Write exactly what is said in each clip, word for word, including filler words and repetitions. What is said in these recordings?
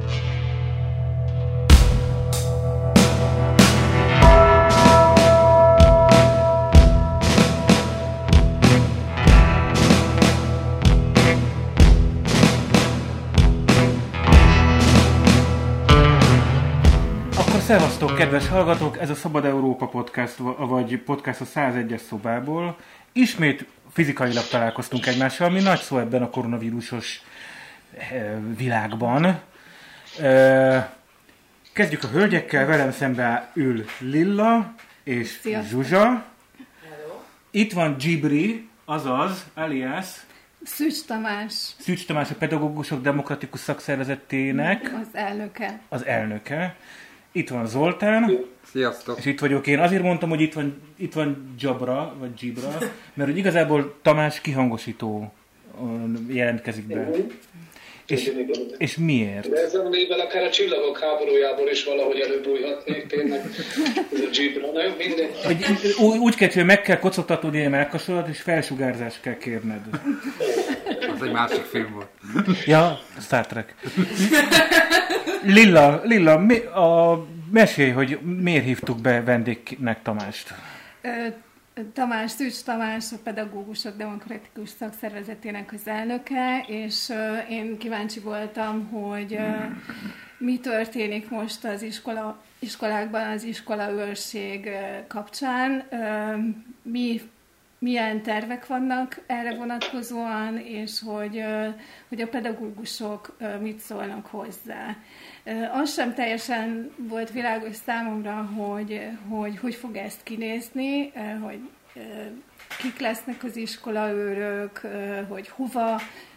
Szevasztok, kedves hallgatók! Ez a Szabad Európa Podcast, vagy podcast a százegyes szobából. Ismét fizikailag találkoztunk egymással, ami nagy szó ebben a koronavírusos világban. Kezdjük a hölgyekkel, velem szemben ül Lilla és Sziasztok. Zsuzsa. Hello. Itt van Dzsibri, azaz, alias... Szűcs Tamás. Szűcs Tamás, a Pedagógusok Demokratikus Szakszervezetének. Az elnöke. Az elnöke. Itt van Zoltán. Sziasztok. És itt vagyok én. Azért mondtam, hogy itt van, itt van Dzsabra, vagy Dzsibra, mert hogy igazából Tamás kihangosító jelentkezik be. Uh-huh. És, és miért? De ezen a névvel akár a Csillagok háborújából is valahogy előbújhatnék tényleg. Ez a Dzsibra, nem? Minden. Úgy, úgy kell, hogy meg kell kocogtatnod ilyen melkasodat, és felsugárzást kell kérned. Az egy másik film volt. Ja, Star Trek. Lilla, Lilla, mi, a, mesélj, hogy miért hívtuk be vendégnek Tamást? Tamás, Szűcs Tamás, a Pedagógusok Demokratikus Szakszervezetének az elnöke, és én kíváncsi voltam, hogy mi történik most az iskola, iskolákban az iskolaőrség kapcsán, mi milyen tervek vannak erre vonatkozóan, és hogy, hogy a pedagógusok mit szólnak hozzá. Az sem teljesen volt világos számomra, hogy hogy, hogy fog ezt kinézni, hogy kik lesznek az iskolaőrök, hogy hova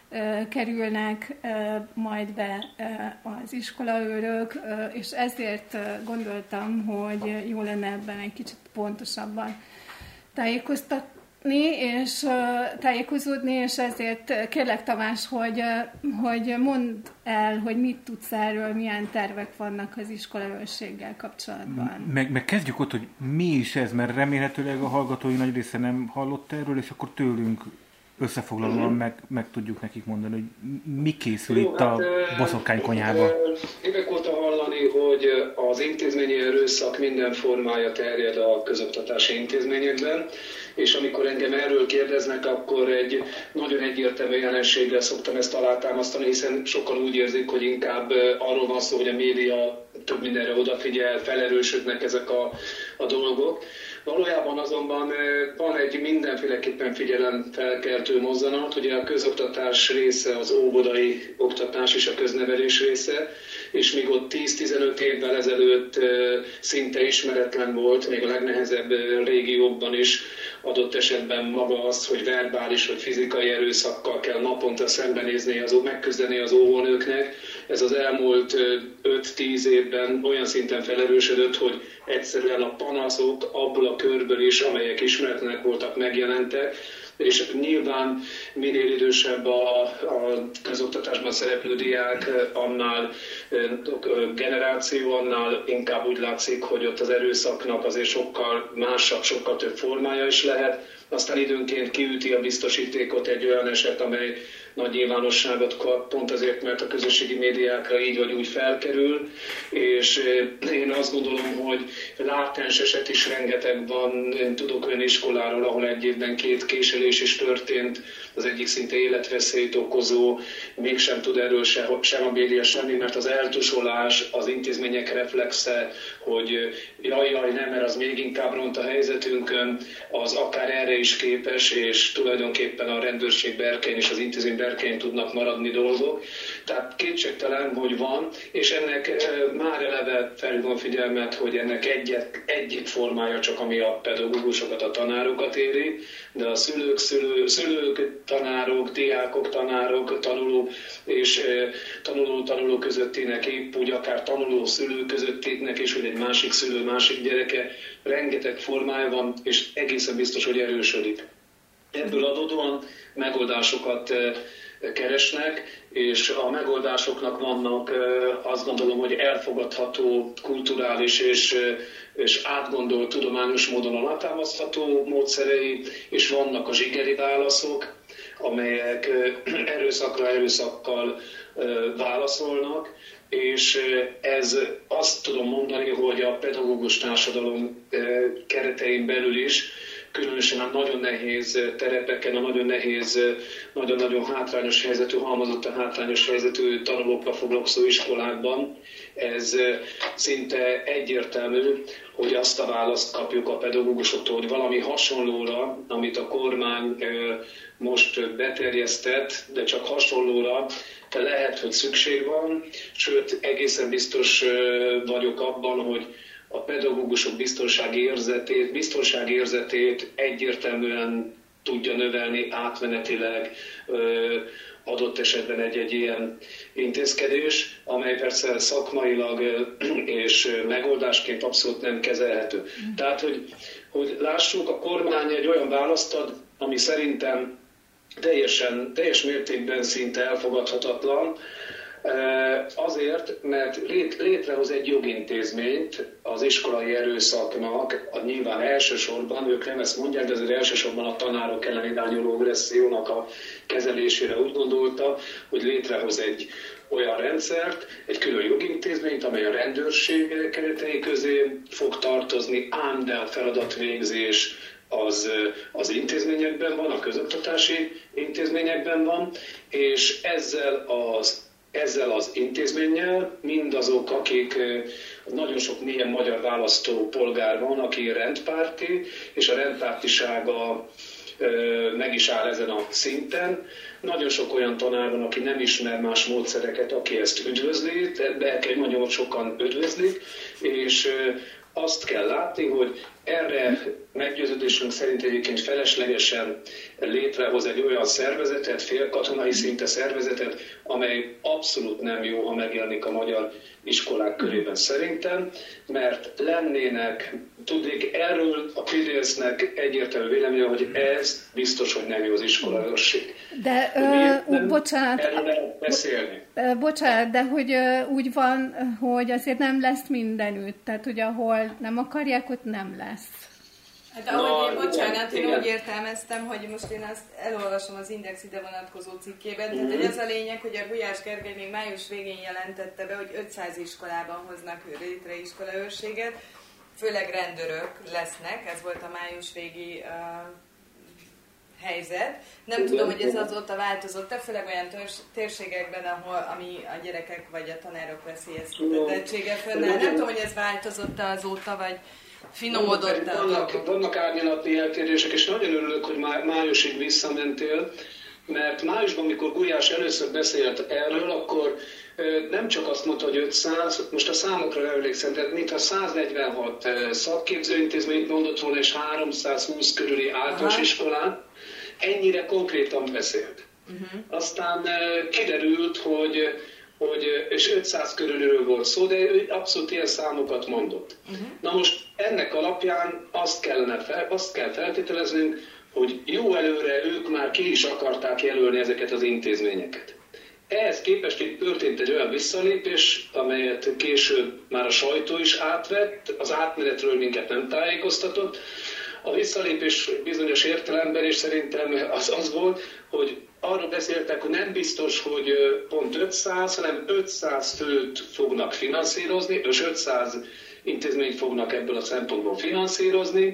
kerülnek majd be az iskolaőrök, és ezért gondoltam, hogy jó lenne ebben egy kicsit pontosabban tájékoztatni, és uh, tájékozódni, és ezért kérlek Tamás, hogy, uh, hogy mondd el, hogy mit tudsz erről, milyen tervek vannak az iskolaőrséggel kapcsolatban. Meg, meg kezdjük ott, hogy mi is ez, mert remélhetőleg a hallgatói nagy része nem hallott erről, és akkor tőlünk összefoglalóan meg, meg tudjuk nekik mondani, hogy mi készül Jó, itt hát, a boszorkánykonyhában. Évek óta hallani, hogy az intézményi erőszak minden formája terjed a közoktatási intézményekben, és amikor engem erről kérdeznek, akkor egy nagyon egyértelmű jelenséggel szoktam ezt alátámasztani, hiszen sokan úgy érzik, hogy inkább arról van szó, hogy a média több mindenre odafigyel, felerősödnek ezek a, a dolgok. Valójában azonban van egy mindenféleképpen figyelemfelkeltő mozzanat, ugye a közoktatás része az óvodai oktatás és a köznevelés része, és még ott tíz-tizenöt évvel ezelőtt szinte ismeretlen volt, még a legnehezebb régiókban is adott esetben maga az, hogy verbális vagy fizikai erőszakkal kell naponta szembenézni, az, megküzdeni az óvónőknek. Ez az elmúlt öt-tíz évben olyan szinten felerősödött, hogy egyszerűen a panaszok abból a körből is, amelyek ismeretlenek voltak, megjelentek, és nyilván minél idősebb a, a közoktatásban szereplő diák, annál generáció, annál inkább úgy látszik, hogy ott az erőszaknak azért sokkal másabb, sokkal több formája is lehet. Aztán időnként kiüti a biztosítékot egy olyan eset, amely nagy nyilvánosságot kap, pont azért, mert a közösségi médiákra így vagy úgy felkerül, és én azt gondolom, hogy látens eset is rengeteg van. Én tudok olyan iskoláról, ahol egy évben két késelés is történt, az egyik szinte életveszélyt okozó, mégsem tud erről se, sem a média semmi, mert az eltusolás, az intézmények reflexe, hogy jaj, jaj, nem, mert az még inkább ront a helyzetünkön, az akár erre is képes, és tulajdonképpen a rendőrség berkein és az intézmény berkein tudnak maradni dolgok. Tehát kétségtelen, hogy van, és ennek már eleve felhívom a figyelmet, hogy ennek egyet, egyik formája csak, ami a pedagógusokat, a tanárokat éri, de a szülők, szülő, szülők, tanárok, diákok, tanárok, tanulók és tanuló-tanuló közöttének, épp úgy akár tanuló-szülő közöttének, és hogy egy másik szülő, másik gyereke, rengeteg formája van, és egészen biztos, hogy erősödik. Ebből adódóan megoldásokat keresnek, és a megoldásoknak vannak, azt gondolom, hogy elfogadható, kulturális és, és átgondolt, tudományos módon alátámasztható módszerei, és vannak a zsigeri válaszok, amelyek erőszakra erőszakkal válaszolnak, és ez azt tudom mondani, hogy a pedagógus társadalom keretein belül is, különösen a nagyon nehéz terepeken, a nagyon nehéz, nagyon-nagyon hátrányos helyzetű, halmozottan hátrányos helyzetű tanulókkal foglalkozó iskolákban, ez szinte egyértelmű, hogy azt a választ kapjuk a pedagógusoktól, hogy valami hasonlóra, amit a kormány most beterjesztett, de csak hasonlóra, de lehet, hogy szükség van, sőt, egészen biztos vagyok abban, hogy a pedagógusok biztonsági érzetét, biztonsági érzetét egyértelműen tudja növelni átmenetileg adott esetben egy-egy ilyen intézkedés, amely persze szakmailag és megoldásként abszolút nem kezelhető. Tehát, hogy, hogy lássuk, a kormány egy olyan választ ad, ami szerintem teljesen, teljes mértékben szinte elfogadhatatlan, azért, mert lét, létrehoz egy jogintézményt az iskolai erőszaknak, a nyilván elsősorban, ők nem ezt mondják, de azért elsősorban a tanárok ellen irányuló agressziónak a kezelésére úgy gondolta, hogy létrehoz egy olyan rendszert, egy külön jogintézményt, amely a rendőrség keretei közé fog tartozni, ám de a feladatvégzés az, az intézményekben van, a közoktatási intézményekben van, és ezzel az Ezzel az intézménnyel mindazok, akik nagyon sok mélyen magyar választópolgár van, aki rendpárti, és a rendpártisága meg is áll ezen a szinten. Nagyon sok olyan tanár van, aki nem ismer más módszereket, aki ezt üdvözli, de kell nagyon sokan üdvözlik, és azt kell látni, hogy erre meggyőződésünk szerint egyébként feleslegesen létrehoz egy olyan szervezetet, félkatonai szinte szervezetet, amely abszolút nem jó, ha megjelenik a magyar iskolák körében szerintem, mert lennének, tudnék, erről a pé dé es-nek egyértelmű véleménye, hogy ez biztos, hogy nem jó az iskolaőrség. De, ö, bocsánat, erről lehet beszélni. Bocsánat, de hogy ö, úgy van, hogy azért nem lesz mindenütt, tehát hogy ahol nem akarják, ott nem lesz. Hát ahogy én, bocsánat, én úgy értelmeztem, hogy most én azt elolvasom az Index ide vonatkozó cikkében, tehát hogy az a lényeg, hogy a Gulyás Gergely még május végén jelentette be, hogy ötszáz iskolában hoznak létre iskolaőrséget, főleg rendőrök lesznek, ez volt a május végi uh, helyzet. Nem tudom, hogy ez azóta változott-e, főleg olyan törs, térségekben, ahol ami a gyerekek vagy a tanárok veszélyeztetettsége fönnáll. Nem tudom, hogy ez változott-e azóta, vagy finomodott el. Vannak, vannak árnyalati eltérések, és nagyon örülök, hogy má, májusig visszamentél, mert májusban, amikor Gulyás először beszélt erről, akkor nem csak azt mondta, hogy ötszáz, most a számokra emlékszem, tehát mintha száznegyvenhat szakképzőintézményt mondott volna, és háromszázhúsz körüli általános iskolán, ennyire konkrétan beszélt. Uh-huh. Aztán kiderült, hogy hogy, és ötszáz körülről volt szó, de ő abszolút ilyen számokat mondott. Uh-huh. Na most ennek alapján azt, kellene fel, azt kell feltételeznünk, hogy jó előre ők már ki is akarták jelölni ezeket az intézményeket. Ehhez képest itt történt egy olyan visszalépés, amelyet később már a sajtó is átvett, az átmenetről minket nem tájékoztatott. A visszalépés bizonyos értelemben, és szerintem az az volt, hogy arról beszéltek, hogy nem biztos, hogy pont ötszáz, hanem ötszáz főt fognak finanszírozni, és ötszáz intézményt fognak ebből a szempontból finanszírozni,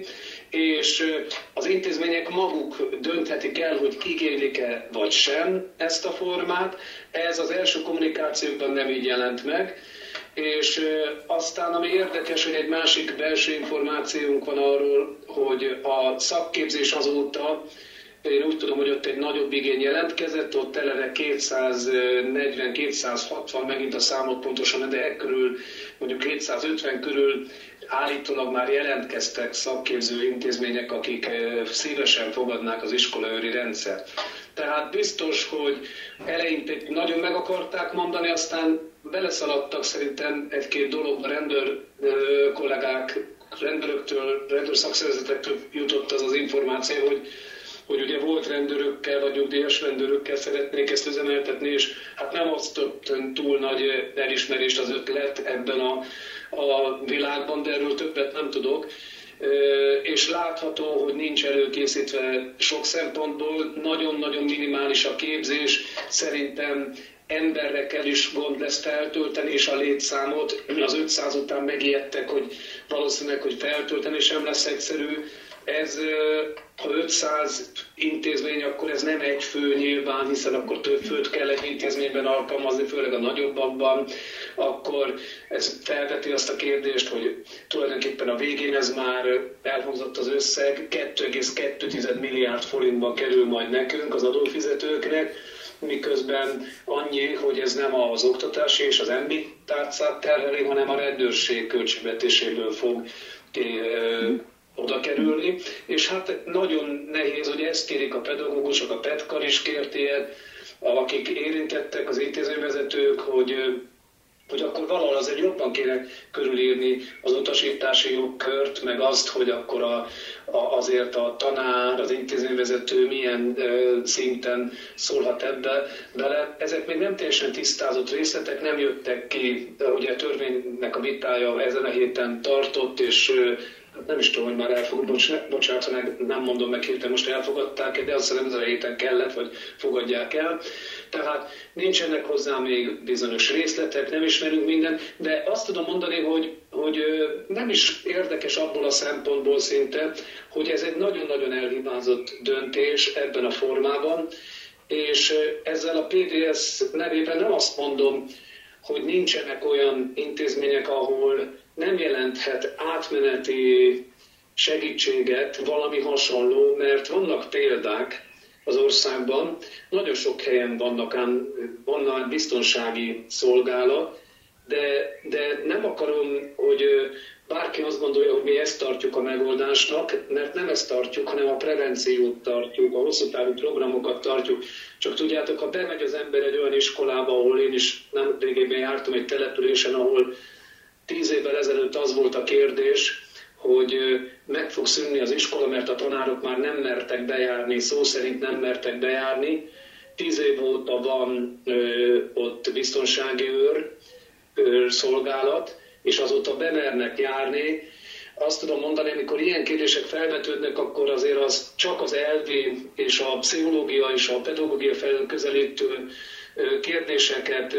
és az intézmények maguk dönthetik el, hogy igénylik-e vagy sem ezt a formát. Ez az első kommunikációkban nem így jelent meg, és aztán ami érdekes, hogy egy másik belső információnk van arról, hogy a szakképzés azóta, én úgy tudom, hogy ott egy nagyobb igény jelentkezett, ott eleve kétszáznegyven kétszázhatvan, megint a számot pontosan, de e körül, mondjuk kétszázötven körül állítólag már jelentkeztek szakképző intézmények, akik szívesen fogadnák az iskolaőri rendszert. Tehát biztos, hogy eleinte nagyon meg akarták mondani, aztán beleszaladtak szerintem egy-két dolog, a rendőr kollégák, rendőröktől, rendőrszakszervezetektől jutott az az információ, hogy hogy ugye volt rendőrökkel, vagy nyugdíjas rendőrökkel szeretnék ezt üzemeltetni, és hát nem osztott túl nagy elismerést az ötlet ebben a, a világban, de erről többet nem tudok. És látható, hogy nincs előkészítve sok szempontból, nagyon-nagyon minimális a képzés. Szerintem emberekkel is gond lesz feltölteni, és a létszámot az ötszáz után megijedtek, hogy valószínűleg, hogy feltölteni sem lesz egyszerű. Ez, ha ötszáz intézmény, akkor ez nem egy fő nyilván, hiszen akkor több főt kell egy intézményben alkalmazni, főleg a nagyobbakban, akkor ez felveti azt a kérdést, hogy tulajdonképpen a végén ez már elhangzott az összeg, két egész kettő milliárd forintban kerül majd nekünk, az adófizetőknek, miközben annyi, hogy ez nem az oktatási és az em bé tárcát terheli, hanem a rendőrség költségvetéséből fog oda kerülni, és hát nagyon nehéz, hogy ezt kérik a pedagógusok, a Petkar is kért ilyet, akik érintettek, az intézményvezetők, hogy, hogy akkor valahol azért jobban kéne körülírni az utasítási jogkört, meg azt, hogy akkor a, a, azért a tanár, az intézményvezető milyen uh, szinten szólhat ebbe bele. Ezek még nem teljesen tisztázott részletek, nem jöttek ki, de ugye a törvénynek a vitája ezen a héten tartott, és uh, nem is tudom, hogy már elfogadták, bocsánat, nem mondom meg hirtelen, most elfogadták, de azt hiszem ezen a héten kellett, vagy fogadják el. Tehát nincsenek hozzá még bizonyos részletek, nem ismerünk mindent, de azt tudom mondani, hogy, hogy nem is érdekes abból a szempontból szinte, hogy ez egy nagyon-nagyon elhibázott döntés ebben a formában, és ezzel a pé dé es nevében nem azt mondom, hogy nincsenek olyan intézmények, ahol nem jelenthet átmeneti segítséget, valami hasonló, mert vannak példák az országban, nagyon sok helyen vannak ám, vannak biztonsági szolgálat, de, de nem akarom, hogy bárki azt gondolja, hogy mi ezt tartjuk a megoldásnak, mert nem ezt tartjuk, hanem a prevenciót tartjuk, a hosszú távú programokat tartjuk. Csak tudjátok, ha bemegy az ember egy olyan iskolába, ahol én is nem régében jártam egy településen, ahol tíz évvel ezelőtt az volt a kérdés, hogy meg fog szűnni az iskola, mert a tanárok már nem mertek bejárni, szó szerint nem mertek bejárni. Tíz év óta van ö, ott biztonsági őr, őr szolgálat, és azóta bemernek járni. Azt tudom mondani, amikor ilyen kérdések felvetődnek, akkor azért az csak az elvi és a pszichológia és a pedagógia felől közelítő kérdéseket,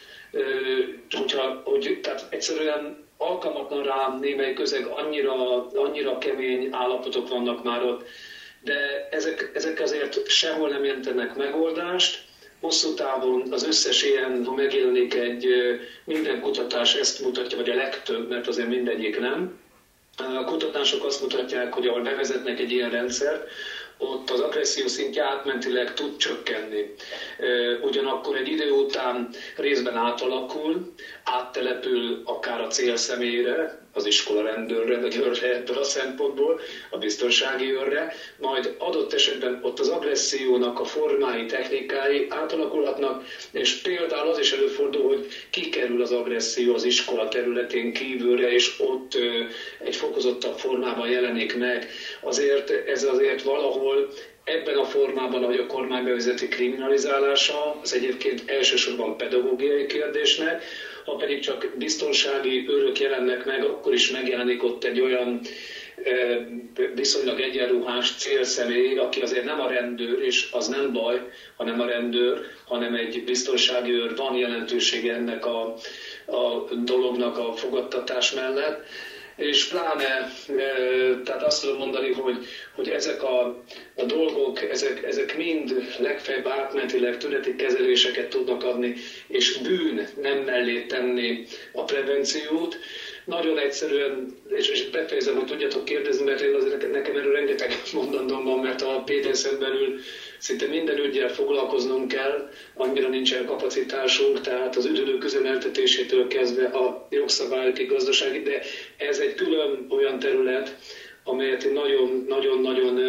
hogyha, hogy, tehát egyszerűen alkalmatlan rá némely közeg, annyira, annyira kemény állapotok vannak már ott, de ezek, ezek azért sehol nem jelentenek megoldást. Hosszú távon az összes ilyen, ha megjelenik egy, minden kutatás ezt mutatja, vagy a legtöbb, mert azért mindegyik nem. A kutatások azt mutatják, hogy ahol bevezetnek egy ilyen rendszert, ott az agresszió szintje átmentileg tud csökkenni. Ugyanakkor egy idő után részben átalakul, áttelepül akár a célszemélyre, az iskola rendőrre, vagy őrre ebből a szempontból, a biztonsági őrre, majd adott esetben ott az agressziónak a formái, technikái átalakulhatnak, és például az is előfordul, hogy kikerül az agresszió az iskola területén kívülre, és ott ö, egy fokozottabb formában jelenik meg. Azért ez azért valahol ebben a formában, ahogy a kormány bevezeti kriminalizálása, az egyébként elsősorban pedagógiai kérdésnek, ha pedig csak biztonsági őrök jelennek meg, akkor is megjelenik ott egy olyan viszonylag egyenruhás célszemély, aki azért nem a rendőr, és az nem baj, hanem a rendőr, hanem egy biztonsági őr, van jelentősége ennek a, a dolognak a fogadtatás mellett. És pláne, tehát azt tudom mondani, hogy, hogy ezek a, a dolgok, ezek, ezek mind legfeljebb átmentileg tüneti kezeléseket tudnak adni, és bűn nem mellé tenni a prevenciót. Nagyon egyszerűen, és befejezem, hogy tudjátok kérdezni, mert én azért nekem erről rengeteg mondandóm van, mert a pé dé es-en belül szinte minden üggyel foglalkoznunk kell, annyira nincsen kapacitásunk, tehát az üdülők üzemeltetésétől kezdve a jogszabályokig, gazdasági, de ez egy külön olyan terület, amelyet én nagyon-nagyon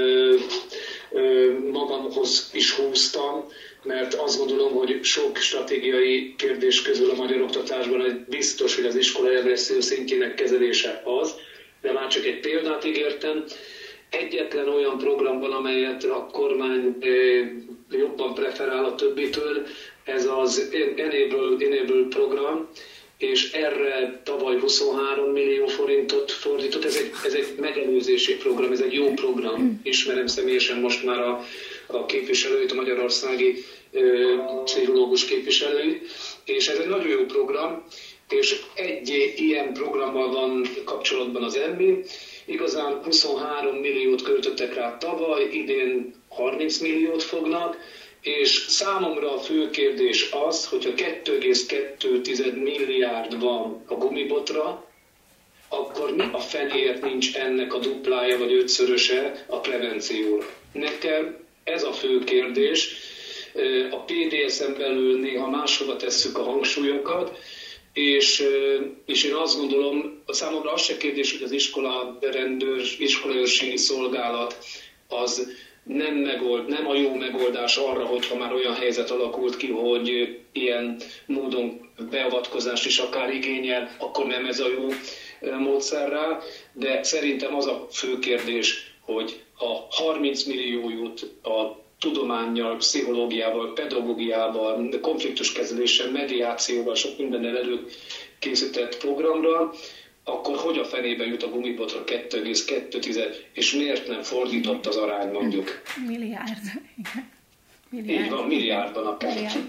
magamhoz is húztam, mert azt gondolom, hogy sok stratégiai kérdés közül a magyar oktatásban egy biztos, hogy az iskolai agresszió szintjének kezelése az, de már csak egy példát ígértem. Egyetlen olyan program van, amelyet a kormány jobban preferál a többitől, ez az Enable, Enable program, és erre tavaly huszonhárom millió forintot fordított. Ez egy, ez egy megelőzési program, ez egy jó program. Ismerem személyesen most már a, a képviselőit, a magyarországi pszichológus képviselői, és ez egy nagyon jó program, és egy ilyen programmal van kapcsolatban az em bé. Igazán huszonhárom milliót költöttek rá tavaly, idén harminc milliót fognak, és számomra a fő kérdés az, hogyha kettő egész kettő milliárd van a gumibotra, akkor mi a fenéért nincs ennek a duplája vagy ötszöröse a prevencióra? Nekem ez a fő kérdés. A pé dé es-en belül néha máshova tesszük a hangsúlyokat, és, és én azt gondolom, számomra az se kérdés, hogy az iskola rendőr, iskolaőrségi szolgálat az nem, megold, nem a jó megoldás arra, hogyha már olyan helyzet alakult ki, hogy ilyen módon beavatkozást is akár igényel, akkor nem ez a jó módszer rá, de szerintem az a fő kérdés, hogy a harminc millió jut a tudománnyal, pszichológiával, pedagógiával, konfliktuskezeléssel, mediációval, sok mindennel előkészített programra, akkor hogy a fenébe jut a gumibotra kettő egész kettő, és miért nem fordított az arány, mondjuk? Milliárd. Milliárd. Így van, milliárdban akár. Milliárd.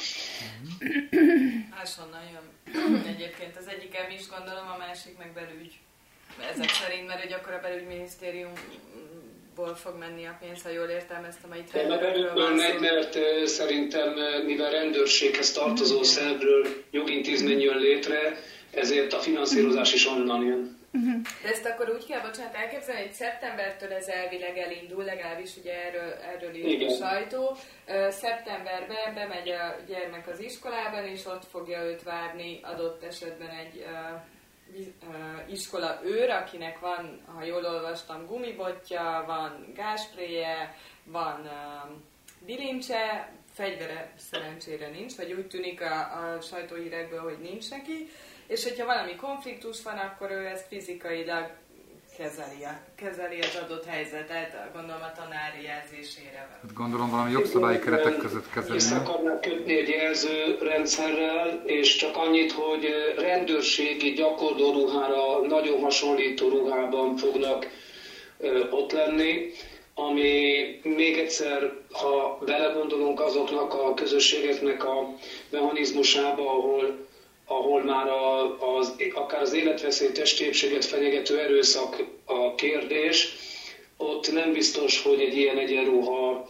Máshonnan jön. Egyébként az egyik em is gondolom, a másik meg belügy. Ezek szerint, mert hogy akkor a belügyminisztériumból fog menni a pénz, ha jól értelmeztem, a itt rendőrről megy, mert szerintem, mivel rendőrséghez tartozó szervről jogintézmény jön létre, ezért a finanszírozás is onnan jön. De ezt akkor úgy kell, bocsánat, elképzelni, hogy szeptembertől ez elvileg elindul, legalábbis ugye erről, erről írt a sajtó. Szeptemberben bemegy a gyermek az iskolában, és ott fogja őt várni adott esetben egy uh, iskola őr, akinek van, ha jól olvastam, gumibotja, van gázspréje, van uh, bilincse, fegyvere szerencsére nincs, vagy úgy tűnik a, a sajtóhírekből, hogy nincs neki, és hogyha valami konfliktus van, akkor ő ezt fizikailag kezeli, kezeli az adott helyzetet, gondolom a tanár jelzésére. Hát gondolom valami jogszabályi keretek között kezeli. Vissza akarnak kötni egy jelzőrendszerrel, és csak annyit, hogy rendőrségi gyakorló ruhára nagyon hasonlító ruhában fognak ott lenni, ami még egyszer, ha belegondolunk azoknak a közösségeknek a mechanizmusába, ahol ahol már a, az, akár az életveszély testépséget fenyegető erőszak a kérdés, ott nem biztos, hogy egy ilyen egyenruha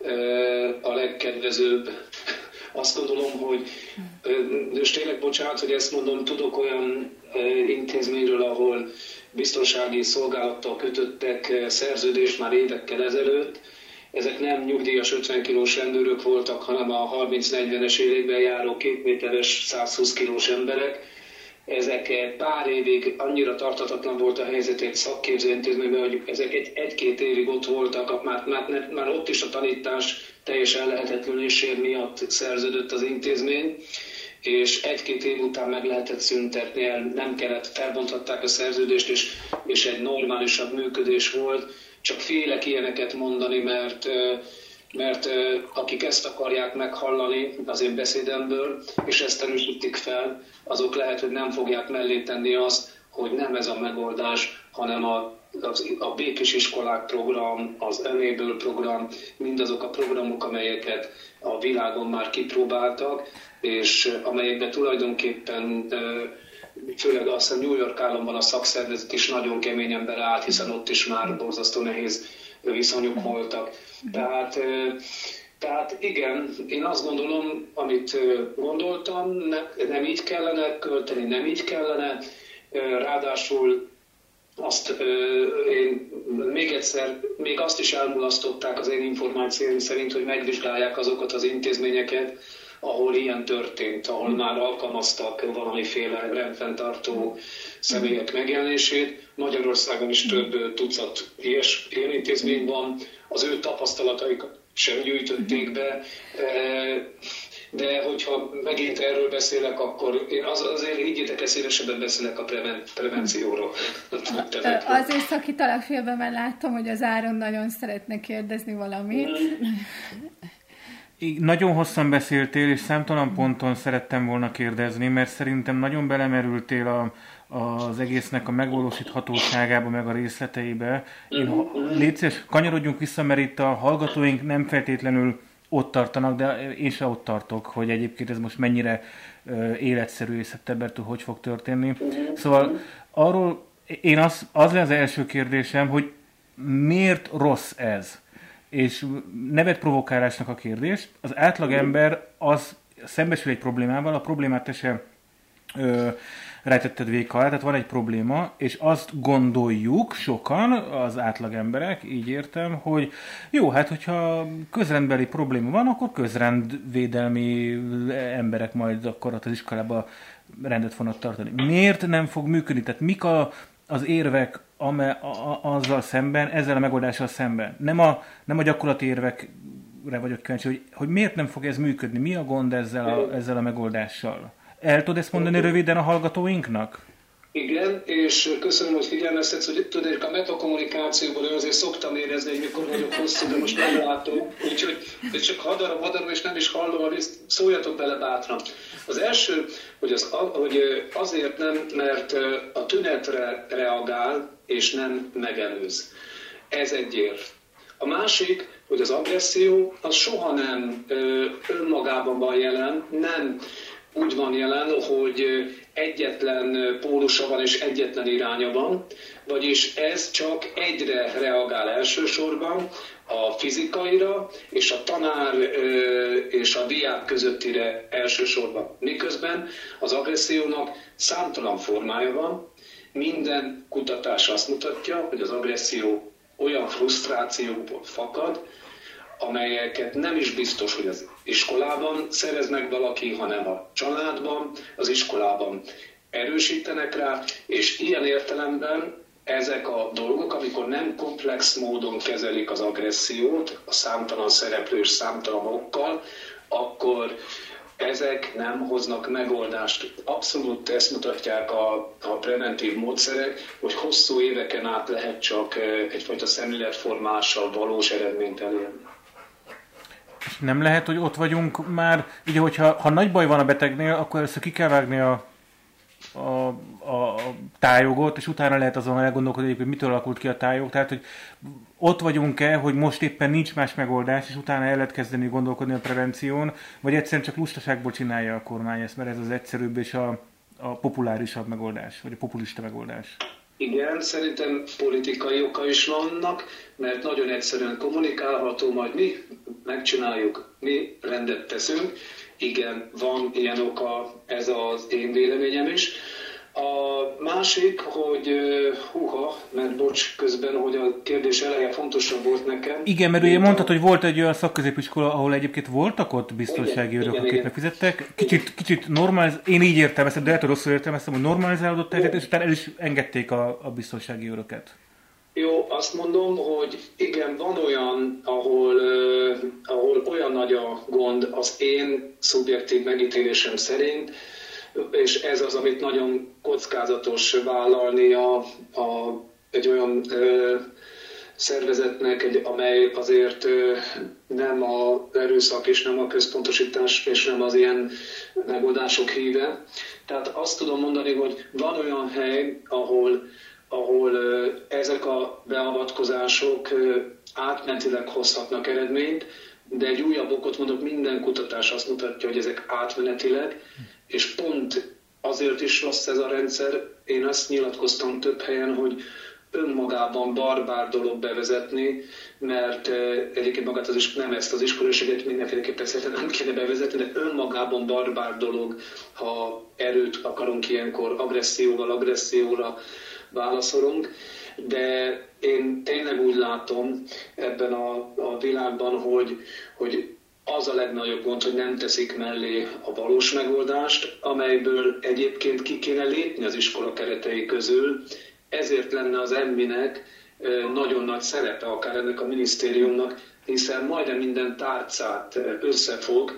a legkedvezőbb. Azt gondolom, hogy, és tényleg bocsánat, hogy ezt mondom, tudok olyan intézményről, ahol biztonsági szolgálattal kötöttek szerződést már évekkel ezelőtt. Ezek nem nyugdíjas ötven kilós rendőrök voltak, hanem a harminc-negyvenes években járó két méteres száz húsz kilós emberek. Ezek pár évig annyira tarthatatlan volt a helyzet egy szakképző intézményben, hogy ezek egy, egy-két évig ott voltak, már, már, már ott is a tanítás teljes ellehetetlenésé miatt szerződött az intézmény, és egy-két év után meg lehetett szüntetni, nem kellett, felbonthatták a szerződést, és, és egy normálisabb működés volt. Csak félek ilyeneket mondani, mert, mert akik ezt akarják meghallani az én beszédemből, és ezt erősítik fel, azok lehet, hogy nem fogják mellé tenni azt, hogy nem ez a megoldás, hanem a, a Békés Iskolák program, az Enable program, mindazok a programok, amelyeket a világon már kipróbáltak, és amelyekben tulajdonképpen főleg azt hiszem New York államban a szakszervezet is nagyon keményen beleállt, hiszen ott is már borzasztó nehéz viszonyok voltak. Tehát, tehát igen, én azt gondolom, amit gondoltam, nem így kellene költeni, nem így kellene, ráadásul azt én még egyszer, még azt is elmulasztották az én információim szerint, hogy megvizsgálják azokat az intézményeket, ahol ilyen történt, ahol már alkalmaztak valamiféle rendfenntartó személyek megjelenését. Magyarországon is több tucat ilyes, ilyen intézmény van, az ő tapasztalataikat sem gyűjtötték be, de hogyha megint erről beszélek, akkor én az, azért higgyétek el, szívesebben beszélek a preven, prevencióról. Azért szakítalak félbe, mert láttam, hogy az Áron nagyon szeretne kérdezni valamit. Nagyon hosszan beszéltél, és számtalan ponton szerettem volna kérdezni, mert szerintem nagyon belemerültél a, az egésznek a megvalósíthatóságába, meg a részleteibe. Én, légy szíves, kanyarodjunk vissza, mert itt a hallgatóink nem feltétlenül ott tartanak, de én sem ott tartok, hogy egyébként ez most mennyire életszerű és szeptembertől hogy fog történni. Szóval arról én az, az lesz az első kérdésem, hogy miért rossz ez? És nevet provokálásnak a kérdés. Az átlagember az szembesül egy problémával, a problémát te sem ö, rejtetted véka alá, tehát van egy probléma, és azt gondoljuk sokan, az átlagemberek, így értem, hogy jó, hát hogyha közrendbeli probléma van, akkor közrendvédelmi emberek majd akkor ott az iskolában rendet fognak tartani. Miért nem fog működni? Tehát mik a, az érvek ame, a, azzal szemben, ezzel a megoldással szemben? Nem a, nem a gyakorlati érvekre vagyok kíváncsi, hogy, hogy miért nem fog ez működni? Mi a gond ezzel a, ezzel a megoldással? El tudod ezt mondani röviden a hallgatóinknak? Igen, és köszönöm, hogy figyelmeztetsz, hogy tudod, a metakommunikációból én azért szoktam érezni, hogy mikor vagyok hosszú, de most nem látom. Úgyhogy csak hadarom, hadarom, és nem is hallom a részt, szóljatok bele bátran. Az első, hogy, az, hogy azért nem, mert a tünetre reagál, és nem megelőz. Ez egy érv. A másik, hogy az agresszió, az soha nem önmagában van jelen, nem úgy van jelen, hogy egyetlen pólusa van és egyetlen iránya van, vagyis ez csak egyre reagál elsősorban, a fizikaira és a tanár és a diák közöttire elsősorban. Miközben az agressziónak számtalan formája van, minden kutatás azt mutatja, hogy az agresszió olyan frusztrációból fakad, amelyeket nem is biztos, hogy az iskolában szerez meg valaki, hanem a családban, az iskolában erősítenek rá, és ilyen értelemben ezek a dolgok, amikor nem komplex módon kezelik az agressziót, a számtalan szereplő és számtalan okkal, akkor ezek nem hoznak megoldást. Abszolút ezt mutatják a, a preventív módszerek, hogy hosszú éveken át lehet csak egyfajta szemléletformással valós eredményt elérni. Nem lehet, hogy ott vagyunk már, ugye, hogyha ha nagy baj van a betegnél, akkor először ki kell vágni a, a, a tájogot, és utána lehet azon elgondolkodni, hogy mitől alakult ki a tájog. Tehát, hogy ott vagyunk-e, hogy most éppen nincs más megoldás, és utána el lehet kezdeni gondolkodni a prevención, vagy egyszerűen csak lustaságból csinálja a kormány ezt, mert ez az egyszerűbb és a, a populárisabb megoldás, vagy a populista megoldás. Igen, szerintem politikai oka is vannak, mert nagyon egyszerűen kommunikálható, majd mi megcsináljuk, mi rendet teszünk. Igen, van ilyen oka, ez az én véleményem is. A másik, hogy húha, mert bocs közben, hogy a kérdés eleje fontosabb volt nekem. Igen, mert ugye mondtad, hogy volt egy olyan szakközépiskola, ahol egyébként voltak ott biztonsági őrök, akik megfizettek. Kicsit, kicsit normaliz... Én így értelmeztem, de lehet, hogy rosszul értelmeztem, hogy normalizálódott helyzet, és utána el is engedték a, a biztonsági őröket. Jó, azt mondom, hogy igen, van olyan, ahol, uh, ahol olyan nagy a gond az én szubjektív megítélésem szerint, és ez az, amit nagyon kockázatos vállalni a, a, egy olyan ö, szervezetnek, egy, amely azért ö, nem az erőszak és nem a központosítás és nem az ilyen megoldások híve. Tehát azt tudom mondani, hogy van olyan hely, ahol, ahol ö, ezek a beavatkozások ö, átmentileg hozhatnak eredményt, de egy újabb okot mondok, minden kutatás azt mutatja, hogy ezek átmenetileg, és pont azért is rossz ez a rendszer. Én azt nyilatkoztam több helyen, hogy önmagában barbár dolog bevezetni, mert egyébként magát az is, nem ezt az iskolőséget mindenféleképpen szerintem nem kéne bevezetni, de önmagában barbár dolog, ha erőt akarunk ilyenkor agresszióval, agresszióra válaszolunk. De én tényleg úgy látom ebben a, a világban, hogy, hogy az a legnagyobb gond, hogy nem teszik mellé a valós megoldást, amelyből egyébként ki kéne lépni az iskola keretei közül. Ezért lenne az em bé-nek nagyon nagy szerepe, akár ennek a minisztériumnak, hiszen majdnem minden tárcát összefog,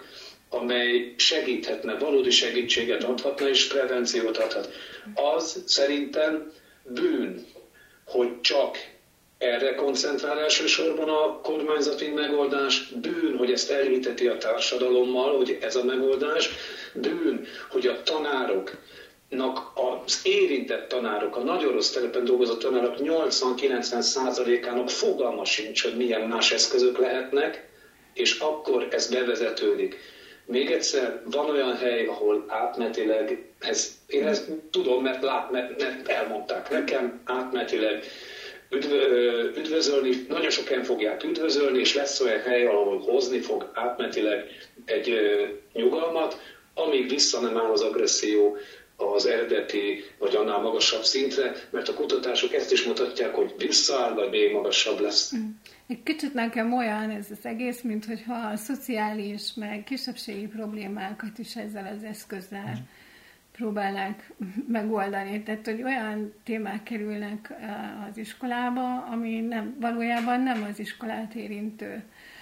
amely segíthetne, valódi segítséget adhatna és prevenciót adhat. Az szerintem bűn, hogy csak erre koncentrál elsősorban a kormányzati megoldás, bűn, hogy ezt elhiteti a társadalommal, hogy ez a megoldás, bűn, hogy a tanároknak, az érintett tanárok, a nagyon rossz telepen dolgozó tanárok nyolcvan-kilencven százalékának fogalma sincs, hogy milyen más eszközök lehetnek, és akkor ez bevezetődik. Még egyszer, van olyan hely, ahol átmetileg, ez, én ezt tudom, mert, lát, mert, mert elmondták nekem, átmetileg üdv, üdvözölni, nagyon sokan fogják üdvözölni, és lesz olyan hely, ahol hozni fog átmetileg egy ö, nyugalmat, amíg vissza nem áll az agresszió az eredeti, vagy annál magasabb szintre, mert a kutatások ezt is mutatják, hogy visszaáll, vagy még magasabb lesz. Egy kicsit nekem olyan ez az egész, mint hogyha a szociális, meg kisebbségi problémákat is ezzel az eszközzel mm. próbálnák megoldani. Tehát, hogy olyan témák kerülnek az iskolába, ami nem, valójában nem az iskolát érintő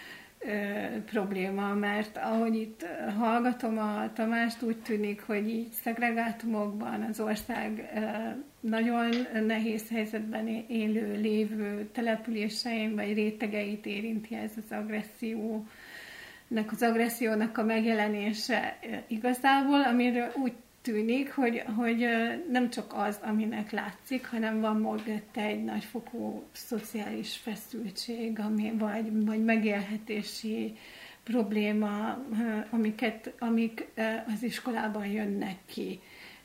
probléma, mert ahogy itt hallgatom a Tamást, úgy tűnik, hogy így szegregátumokban az ország nagyon nehéz helyzetben élő, lévő településein vagy rétegeit érinti ez az agresszió, az agressziónak a megjelenése igazából, amiről úgy tűnik, hogy, hogy nem csak az, aminek látszik, hanem van mögötte egy nagyfokú szociális feszültség, ami, vagy, vagy megélhetési probléma, amiket, amik az iskolában jönnek ki.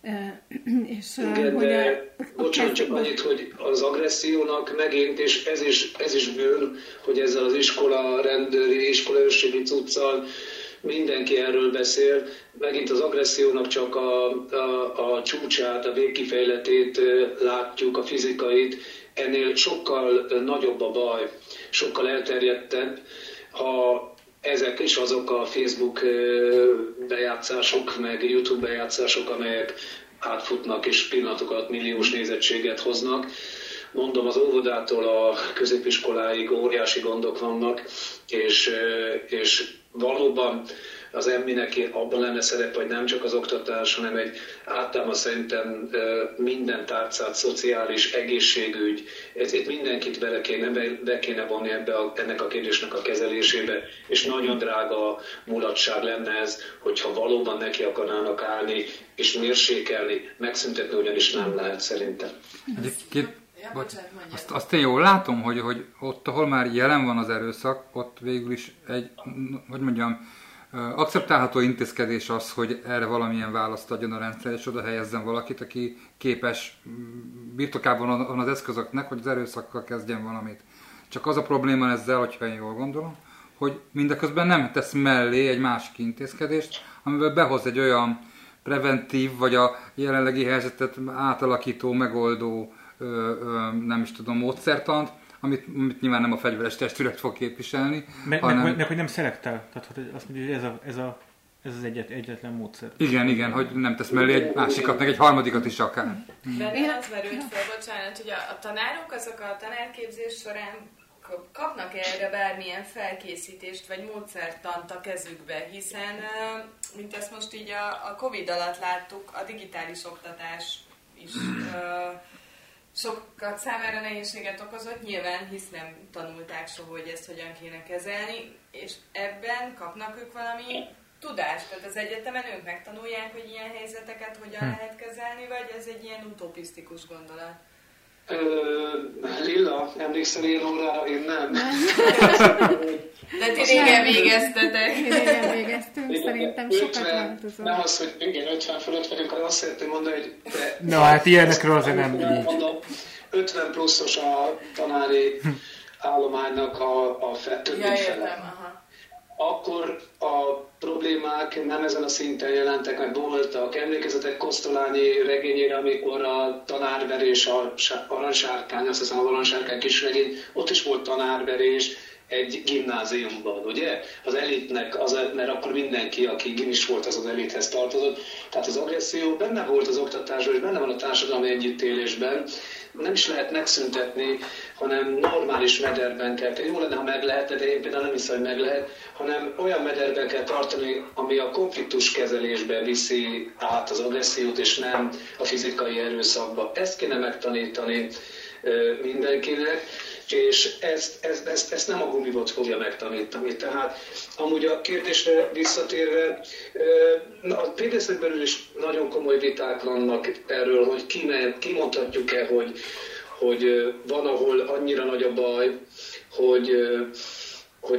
És, igen, hogy de a, bocsánat, csak annyit, hogy az agressziónak megint, és ez is, ez is bűn, hogy ezzel az iskola rendőri, iskolaőrségi cuccal mindenki erről beszél, megint az agressziónak csak a, a, a csúcsát, a végkifejletét látjuk, a fizikait, ennél sokkal nagyobb a baj, sokkal elterjedtebb, ha ezek is azok a Facebook bejátszások, meg YouTube bejátszások, amelyek átfutnak és pillanatokat, milliós nézettséget hoznak. Mondom, az óvodától a középiskoláig óriási gondok vannak, és, és valóban az emminek abban lenne szerep, hogy nem csak az oktatás, hanem egy általában szerintem minden tárcát, szociális, egészségügy, ezért mindenkit bele kéne, be kéne vonni ebbe a, ennek a kérdésnek a kezelésébe, és nagyon drága mulatság lenne ez, hogyha valóban neki akarnának állni, és mérsékelni, megszüntetni ugyanis nem lehet szerintem. Egyébként, azt, azt én jól látom, hogy, hogy ott, ahol már jelen van az erőszak, ott végül is egy, hogy mondjam, akceptálható intézkedés az, hogy erre valamilyen választ adjon a rendszer, és oda helyezzen valakit, aki képes birtokában van az eszközöknek, hogy az erőszakkal kezdjen valamit. Csak az a probléma ezzel, hogyha én jól gondolom, hogy mindeközben nem tesz mellé egy másik intézkedést, amivel behoz egy olyan preventív, vagy a jelenlegi helyzetet átalakító, megoldó, nem is tudom, módszertant, Amit, amit nyilván nem a fegyveres testület fog képviselni. Meg, hanem... meg, meg hogy nem szelektál. Tehát hogy azt mondja, hogy ez, a, ez, a, ez az egyet, egyetlen módszer. Igen, igen, hogy nem tesz mellé egy másikat, meg egy harmadikat is akár. Benne az merült fel, bocsánat, hogy a, a tanárok azok a tanárképzés során kapnak erre bármilyen felkészítést, vagy módszertant a kezükbe, hiszen, mint ezt most így a, a Covid alatt láttuk, a digitális oktatás is sokat számára nehézséget okozott, nyilván, hisz nem tanulták soha, hogy ezt hogyan kéne kezelni, és ebben kapnak ők valami tudást. Tehát az egyetemen ők megtanulják, hogy ilyen helyzeteket hogyan hm. lehet kezelni, vagy ez egy ilyen utopisztikus gondolat? Ö, Lilla, emlékszel én órára? Én nem. De ti régen végeztetek. Mi régen végeztünk, szerintem sokat változó. Nem az, hogy igen, ötven fölött vagyunk, hanem azt szeretném mondani, hogy... De, no, hát ilyenekről azért nem így. Mondom, ötven pluszos a tanári állománynak a, a fe, több ja, fele. Értem, aha. Akkor a problémák nem ezen a szinten jelentek, meg voltak. Emlékezetek Kosztolányi regényére, amikor a tanárverés, a aranysárkány, azt hiszem a aranysárkány kisregény, ott is volt tanárverés egy gimnáziumban, ugye? Az elitnek, az, mert akkor mindenki, aki gimis volt, az az elithez tartozott. Tehát az agresszió benne volt az oktatásban, és benne van a társadalmi együttélésben. Nem is lehet megszüntetni, hanem normális mederben kell. Jó lenne, ha meg lehetne, de én például nem hiszem, hogy meg lehet, hanem olyan mederben kell tartani, ami a konfliktus kezelésben viszi át az agressziót, és nem a fizikai erőszakba. Ezt kéne megtanítani mindenkinek, és ezt, ezt, ezt, ezt nem a gumibot fogja megtanítani. Tehát amúgy a kérdésre visszatérve, a pé dé es-en belül is nagyon komoly viták vannak erről, hogy kimondhatjuk-e, hogy, hogy van, ahol annyira nagy a baj, hogy, hogy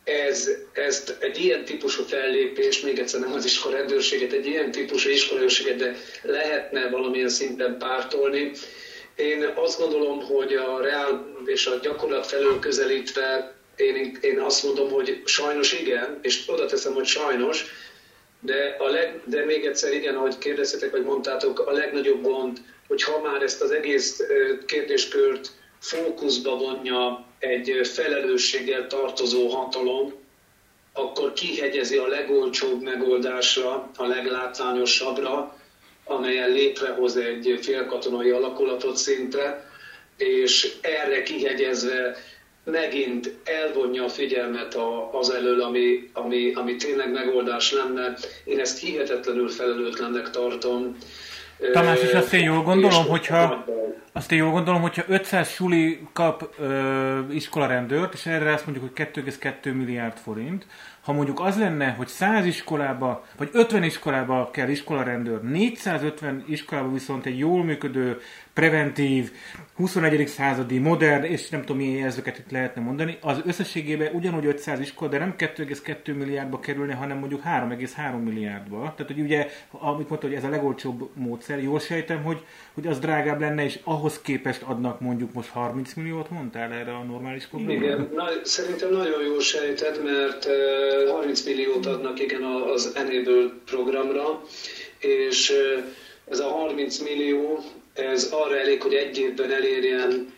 ez, ezt egy ilyen típusú fellépés, még egyszer nem az iskolarendőrséget, egy ilyen típusú iskolarendőrséget, de lehetne valamilyen szinten pártolni. Én azt gondolom, hogy a reál és a gyakorlat felől közelítve én, én azt mondom, hogy sajnos igen, és oda teszem, hogy sajnos, de, a leg, de még egyszer igen, ahogy kérdeztetek, vagy mondtátok, a legnagyobb gond, hogy ha már ezt az egész kérdéskört fókuszba vonja egy felelősséggel tartozó hatalom, akkor kihegyezi a legolcsóbb megoldásra, a leglátványosabbra, amelyen létrehoz egy félkatonai alakulatot szinte, és erre kihegyezve megint elvonja a figyelmet az elől, ami, ami, ami tényleg megoldás lenne. Én ezt hihetetlenül felelőtlennek tartom. Tamás, és azt én jól gondolom, hogyha, azt én jól gondolom, hogyha ötszáz suli kap ö, iskolarendőrt, és erre azt mondjuk, hogy kettő egész kettő milliárd forint, ha mondjuk az lenne, hogy száz iskolába, vagy ötven iskolába kell iskolarendőr, négyszázötven iskolába viszont egy jól működő, preventív, huszonegyedik századi, modern, és nem tudom, milyen jelzőket itt lehetne mondani, az összességében ugyanúgy ötszáz iskola, de nem kettő egész kettő milliárdba kerülne, hanem mondjuk három egész három milliárdba. Tehát, hogy ugye, amit mondta, hogy ez a legolcsóbb módszer, jól sejtem, hogy, hogy az drágább lenne, és ahhoz képest adnak mondjuk most harminc milliót, mondtál erre a normális programra? Igen, na, szerintem nagyon jól sejted, mert uh, harminc milliót adnak igen az Enable programra, és uh, ez a harminc millió, ez arra elég, hogy egy évben elérjen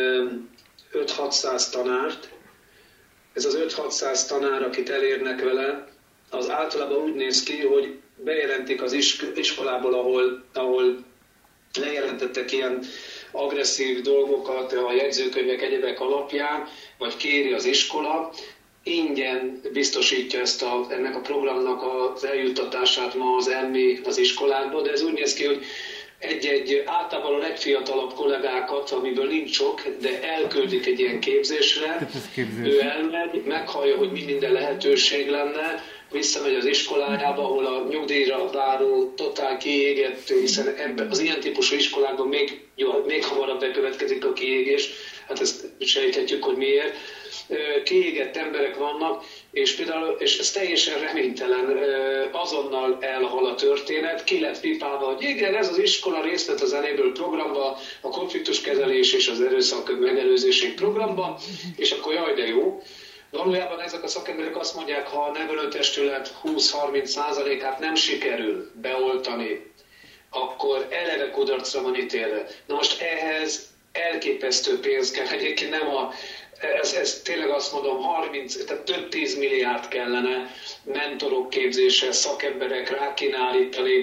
öt-hatszáz tanárt. Ez az öt-hatszáz tanár, akit elérnek vele, az általában úgy néz ki, hogy bejelentik az iskolából, ahol, ahol lejelentettek ilyen agresszív dolgokat a jegyzőkönyvek, egyebek alapján, vagy kéri az iskola, ingyen biztosítja ezt a, ennek a programnak az eljuttatását ma az emmi az iskolákba, de ez úgy néz ki, hogy egy-egy általában a legfiatalabb kollégákat, amiből nincs sok, de elküldik egy ilyen képzésre, ő elmegy, meghallja, hogy mi minden lehetőség lenne, visszamegy az iskolájába, ahol a nyugdíjra váró, totál kiégett, hiszen ebben az ilyen típusú iskolákban még, jó, még hamarabb bekövetkezik a kiégés, hát ezt sejthetjük, hogy miért. Kiégett emberek vannak, és például, és ez teljesen reménytelen, azonnal elhal a történet, ki lett pipálva, hogy igen, ez az iskola részt vett az Enable programba, a konfliktuskezelés és az erőszak megelőzési programba, és akkor jaj, de jó. Valójában ezek a szakemberek azt mondják, ha a nevelőtestület húsz-harminc százalékát nem sikerül beoltani, akkor eleve kudarcra van ítélve. Na most ehhez elképesztő pénz kell, egyébként nem a Ez, ez tényleg azt mondom, harminc, tehát több tíz milliárd kellene mentorok képzése, szakemberek rá kéne állítani,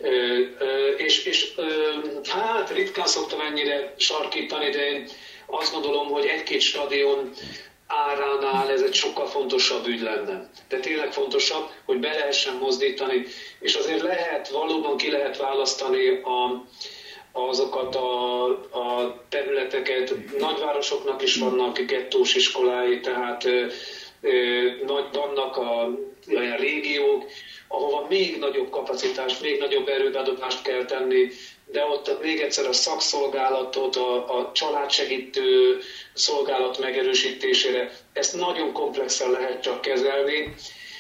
és, és hát ritkán szoktam ennyire sarkítani, de én azt gondolom, hogy egy-két stadion áránál ez egy sokkal fontosabb ügy lenne. De tényleg fontosabb, hogy be lehessen mozdítani, és azért lehet, valóban ki lehet választani a azokat a, a területeket. Nagyvárosoknak is vannak gettós iskolái, tehát ö, ö, nagy, vannak a, olyan régiók, ahova még nagyobb kapacitást, még nagyobb erőbedobást kell tenni, de ott még egyszer a szakszolgálatot, a, a családsegítő szolgálat megerősítésére, ezt nagyon komplexen lehet csak kezelni,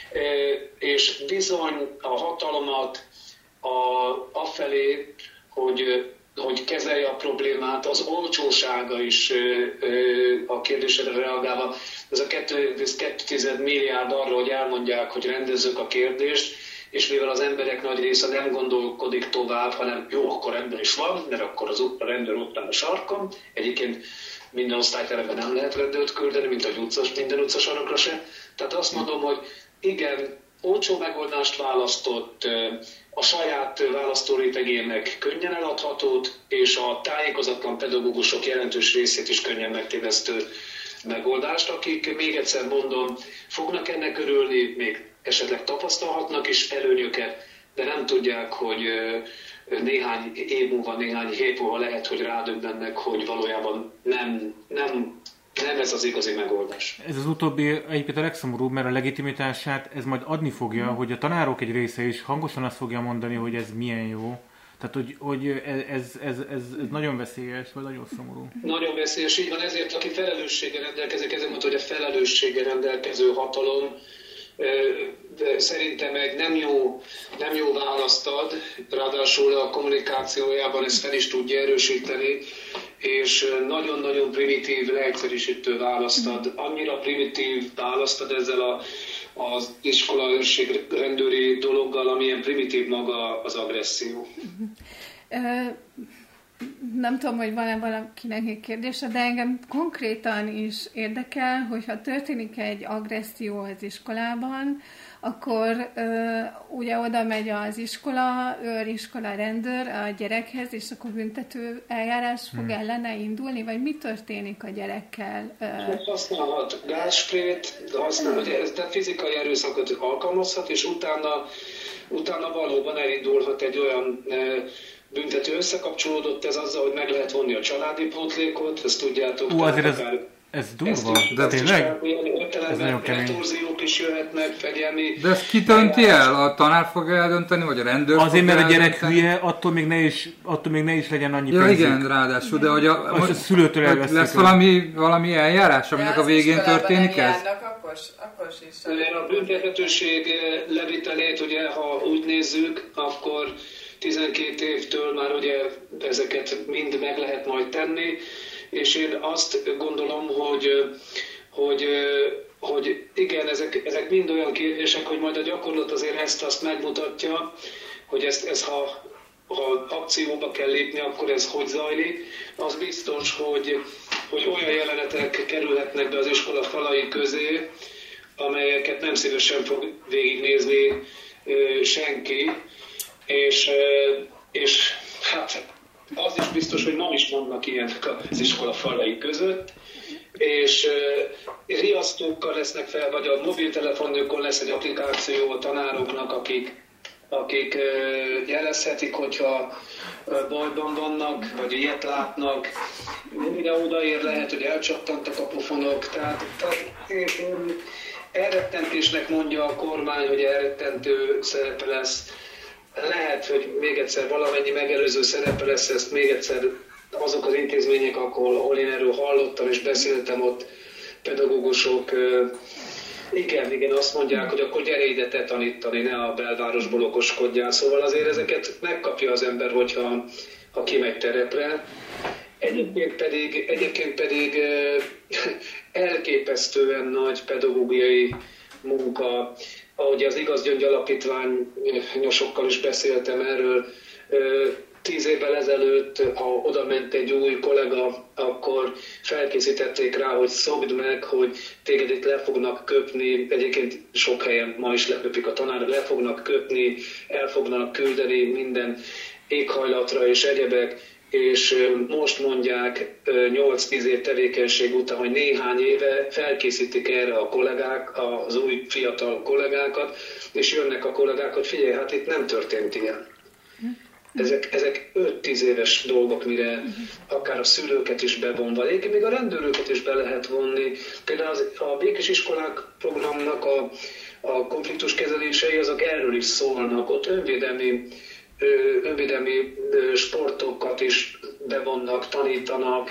és bizony a hatalmat a, afelé, hogy hogy kezelje a problémát, az olcsósága is a kérdésre reagálva. Ez a kettő egész kettő milliárd arra, hogy elmondják, hogy rendezzük a kérdést, és mivel az emberek nagy része nem gondolkodik tovább, hanem jó, akkor rendben is van, mert akkor az a rendőr ott a sarkon. Egyébként minden osztályteremben nem lehet rendőrt küldeni, mint a utcas, minden utcasarokra se. Tehát azt mondom, hogy igen, olcsó megoldást választott, a saját választórétegének könnyen eladhatót, és a tájékozatlan pedagógusok jelentős részét is könnyen megtévesztő megoldást, akik, még egyszer mondom, fognak ennek örülni, még esetleg tapasztalhatnak is előnyöket, de nem tudják, hogy néhány év múlva, néhány hét múlva lehet, hogy rádöbbennek, hogy valójában nem, nem Nem ez az igazi megoldás. Ez az utóbbi egyébként a legszomorúbb, mert a legitimitását ez majd adni fogja, hogy a tanárok egy része is hangosan azt fogja mondani, hogy ez milyen jó. Tehát, hogy, hogy ez, ez, ez, ez nagyon veszélyes, vagy nagyon szomorú. Nagyon veszélyes, így van, ezért aki felelősséggel rendelkezik, ezért mondta, hogy a felelősséggel rendelkező hatalom de szerintem meg nem jó, nem jó választ ad, ráadásul a kommunikációjában ezt fel is tudja erősíteni, és nagyon-nagyon primitív, leegyszerűsítő választ ad. Annyira primitív választ ad ezzel a, az iskola őrség rendőri dologgal, amilyen primitív maga az agresszió. Nem tudom, hogy van-e valakinek egy kérdése, de engem konkrétan is érdekel, hogyha történik egy agresszió az iskolában, akkor ö, ugye oda megy az iskola, őriskola rendőr a gyerekhez, és akkor büntető eljárás fog hmm. ellene indulni, vagy mi történik a gyerekkel? Ö... Használhat gázsprét, használhat, de fizikai erőszakot alkalmazhat, és utána, utána valóban elindulhat egy olyan büntető. Összekapcsolódott ez azzal, hogy meg lehet vonni a családi pótlékot, ezt tudjátok. Ú, azért ez, ez durva, de tényleg? Ez nagyon kemény. Retorziók is jöhetnek, fegyelmi... De ezt ki dönti el? A tanár fogja eldönteni, vagy a rendőr azért, fogja mert a gyerek eldönteni? hülye, attól még ne is, attól még ne is legyen annyi ja, pénzük. igen, ráadásul, de hogy a, most a szülőtől elveszték. Lesz valami, valami eljárás, aminek a végén történik ez? Akkor, akkor is. A büntethetőség levitelét, ugye, ha úgy nézzük, akkor tizenkét évtől már ugye ezeket mind meg lehet majd tenni, és én azt gondolom, hogy, hogy, hogy igen, ezek, ezek mind olyan kérdések, hogy majd a gyakorlat azért ezt-azt megmutatja, hogy ezt, ez, ha, ha akcióba kell lépni, akkor ez hogy zajlik. Az biztos, hogy, hogy olyan jelenetek kerülhetnek be az iskola falai közé, amelyeket nem szívesen fog végignézni senki, és, és hát az is biztos, hogy ma is vannak ilyenek az iskola falai között, és riasztókkal lesznek fel, vagy a mobiltelefonokon lesz egy applikáció a tanároknak, akik, akik jelezhetik, hogyha bajban vannak, vagy ilyet látnak. Mire odaér, lehet, hogy elcsattantak a pofonok, tehát, tehát én, én elrettentésnek mondja a kormány, hogy elrettentő szerepe lesz. Lehet, hogy még egyszer valamennyi megelőző szerepe lesz, ezt még egyszer azok az intézmények, ahol, ahol én erről hallottam és beszéltem, ott pedagógusok, igen, igen, azt mondják, hogy akkor gyere ide te tanítani, ne a belvárosból okoskodjál. Szóval azért ezeket megkapja az ember, hogyha ha kimegy terepre. Egyébként pedig, egyébként pedig elképesztően nagy pedagógiai munka, ahogy az Igaz Gyöngy alapítványosokkal is beszéltem erről, tíz évvel ezelőtt, ha oda ment egy új kollega, akkor felkészítették rá, hogy szokd meg, hogy téged itt le fognak köpni, egyébként sok helyen ma is leköpik a tanárok, le fognak köpni, el fognak küldeni minden éghajlatra és egyebek, és most mondják nyolc-tíz év tevékenység után, hogy néhány éve felkészítik erre a kollégák, az új fiatal kollégákat, és jönnek a kollégák, hogy figyelj, hát itt nem történt ilyen. Ezek, ezek öt-tíz éves dolgok, mire akár a szülőket is bevonva, egyébként még a rendőröket is be lehet vonni. Például az, a Békés Iskolák programnak a, a konfliktus kezelései, azok erről is szólnak. Ott önvédelmi, önvédelmi sportokat is bevonnak, tanítanak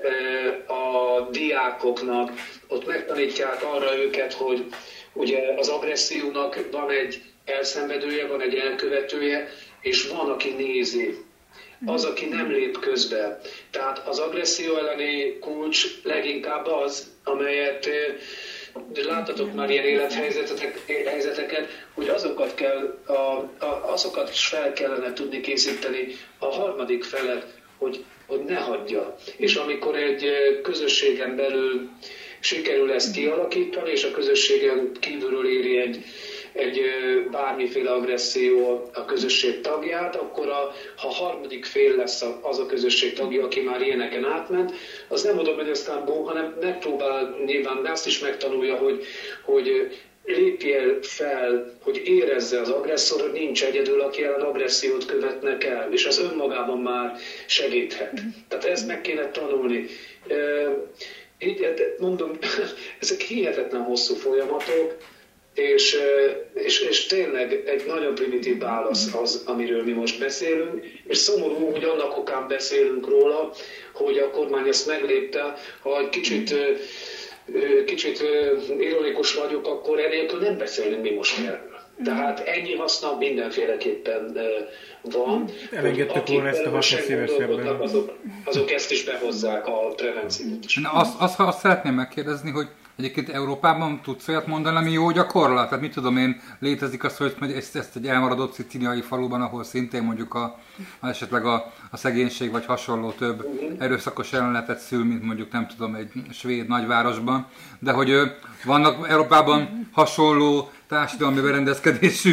a diákoknak. Ott megtanítják arra őket, hogy ugye az agressziónak van egy elszenvedője, van egy elkövetője, és van, aki nézi, az, aki nem lép közbe. Tehát az agresszió elleni kulcs leginkább az, amelyet láttatok már ilyen élethelyzeteket, hogy azokat, kell, a, a, azokat is fel kellene tudni készíteni a harmadik felet, hogy, hogy ne hagyja. És amikor egy közösségen belül sikerül ezt kialakítani, és a közösségen kívülről éri egy egy bármiféle agresszió a közösség tagját, akkor a, ha a harmadik fél lesz az a közösség tagja, aki már ilyeneken átment, az nem oda megy aztán bó, hanem megpróbál nyilván, de azt is megtanulja, hogy, hogy lépjél fel, hogy érezze az agresszor, hogy nincs egyedül, aki ellen agressziót követnek el, és az önmagában már segíthet. Tehát ezt meg kéne tanulni. Így mondom, ezek hihetetlen hosszú folyamatok, És, és, és tényleg egy nagyon primitív válasz az, amiről mi most beszélünk, és szomorú, hogy annak okán beszélünk róla, hogy a kormány ezt meglépte. Ha egy kicsit, kicsit ironikus vagyok, akkor enélkül nem beszélünk mi most erről. Tehát ennyi haszna mindenféleképpen van. Elengedtük volna ezt a hatvan évesebben. Azok, azok ezt is behozzák a prevenciót. Azt, azt, azt szeretném megkérdezni, hogy egyébként Európában tudsz olyat mondani, ami jó gyakorlat? Tehát mit tudom én, létezik az, hogy ezt, ezt egy elmaradott szicíliai faluban, ahol szintén mondjuk a, esetleg a, a szegénység vagy hasonló több uh-huh. erőszakos jelenetet szül, mint mondjuk nem tudom egy svéd nagyvárosban, de hogy vannak Európában hasonló társadalmi berendezkedésű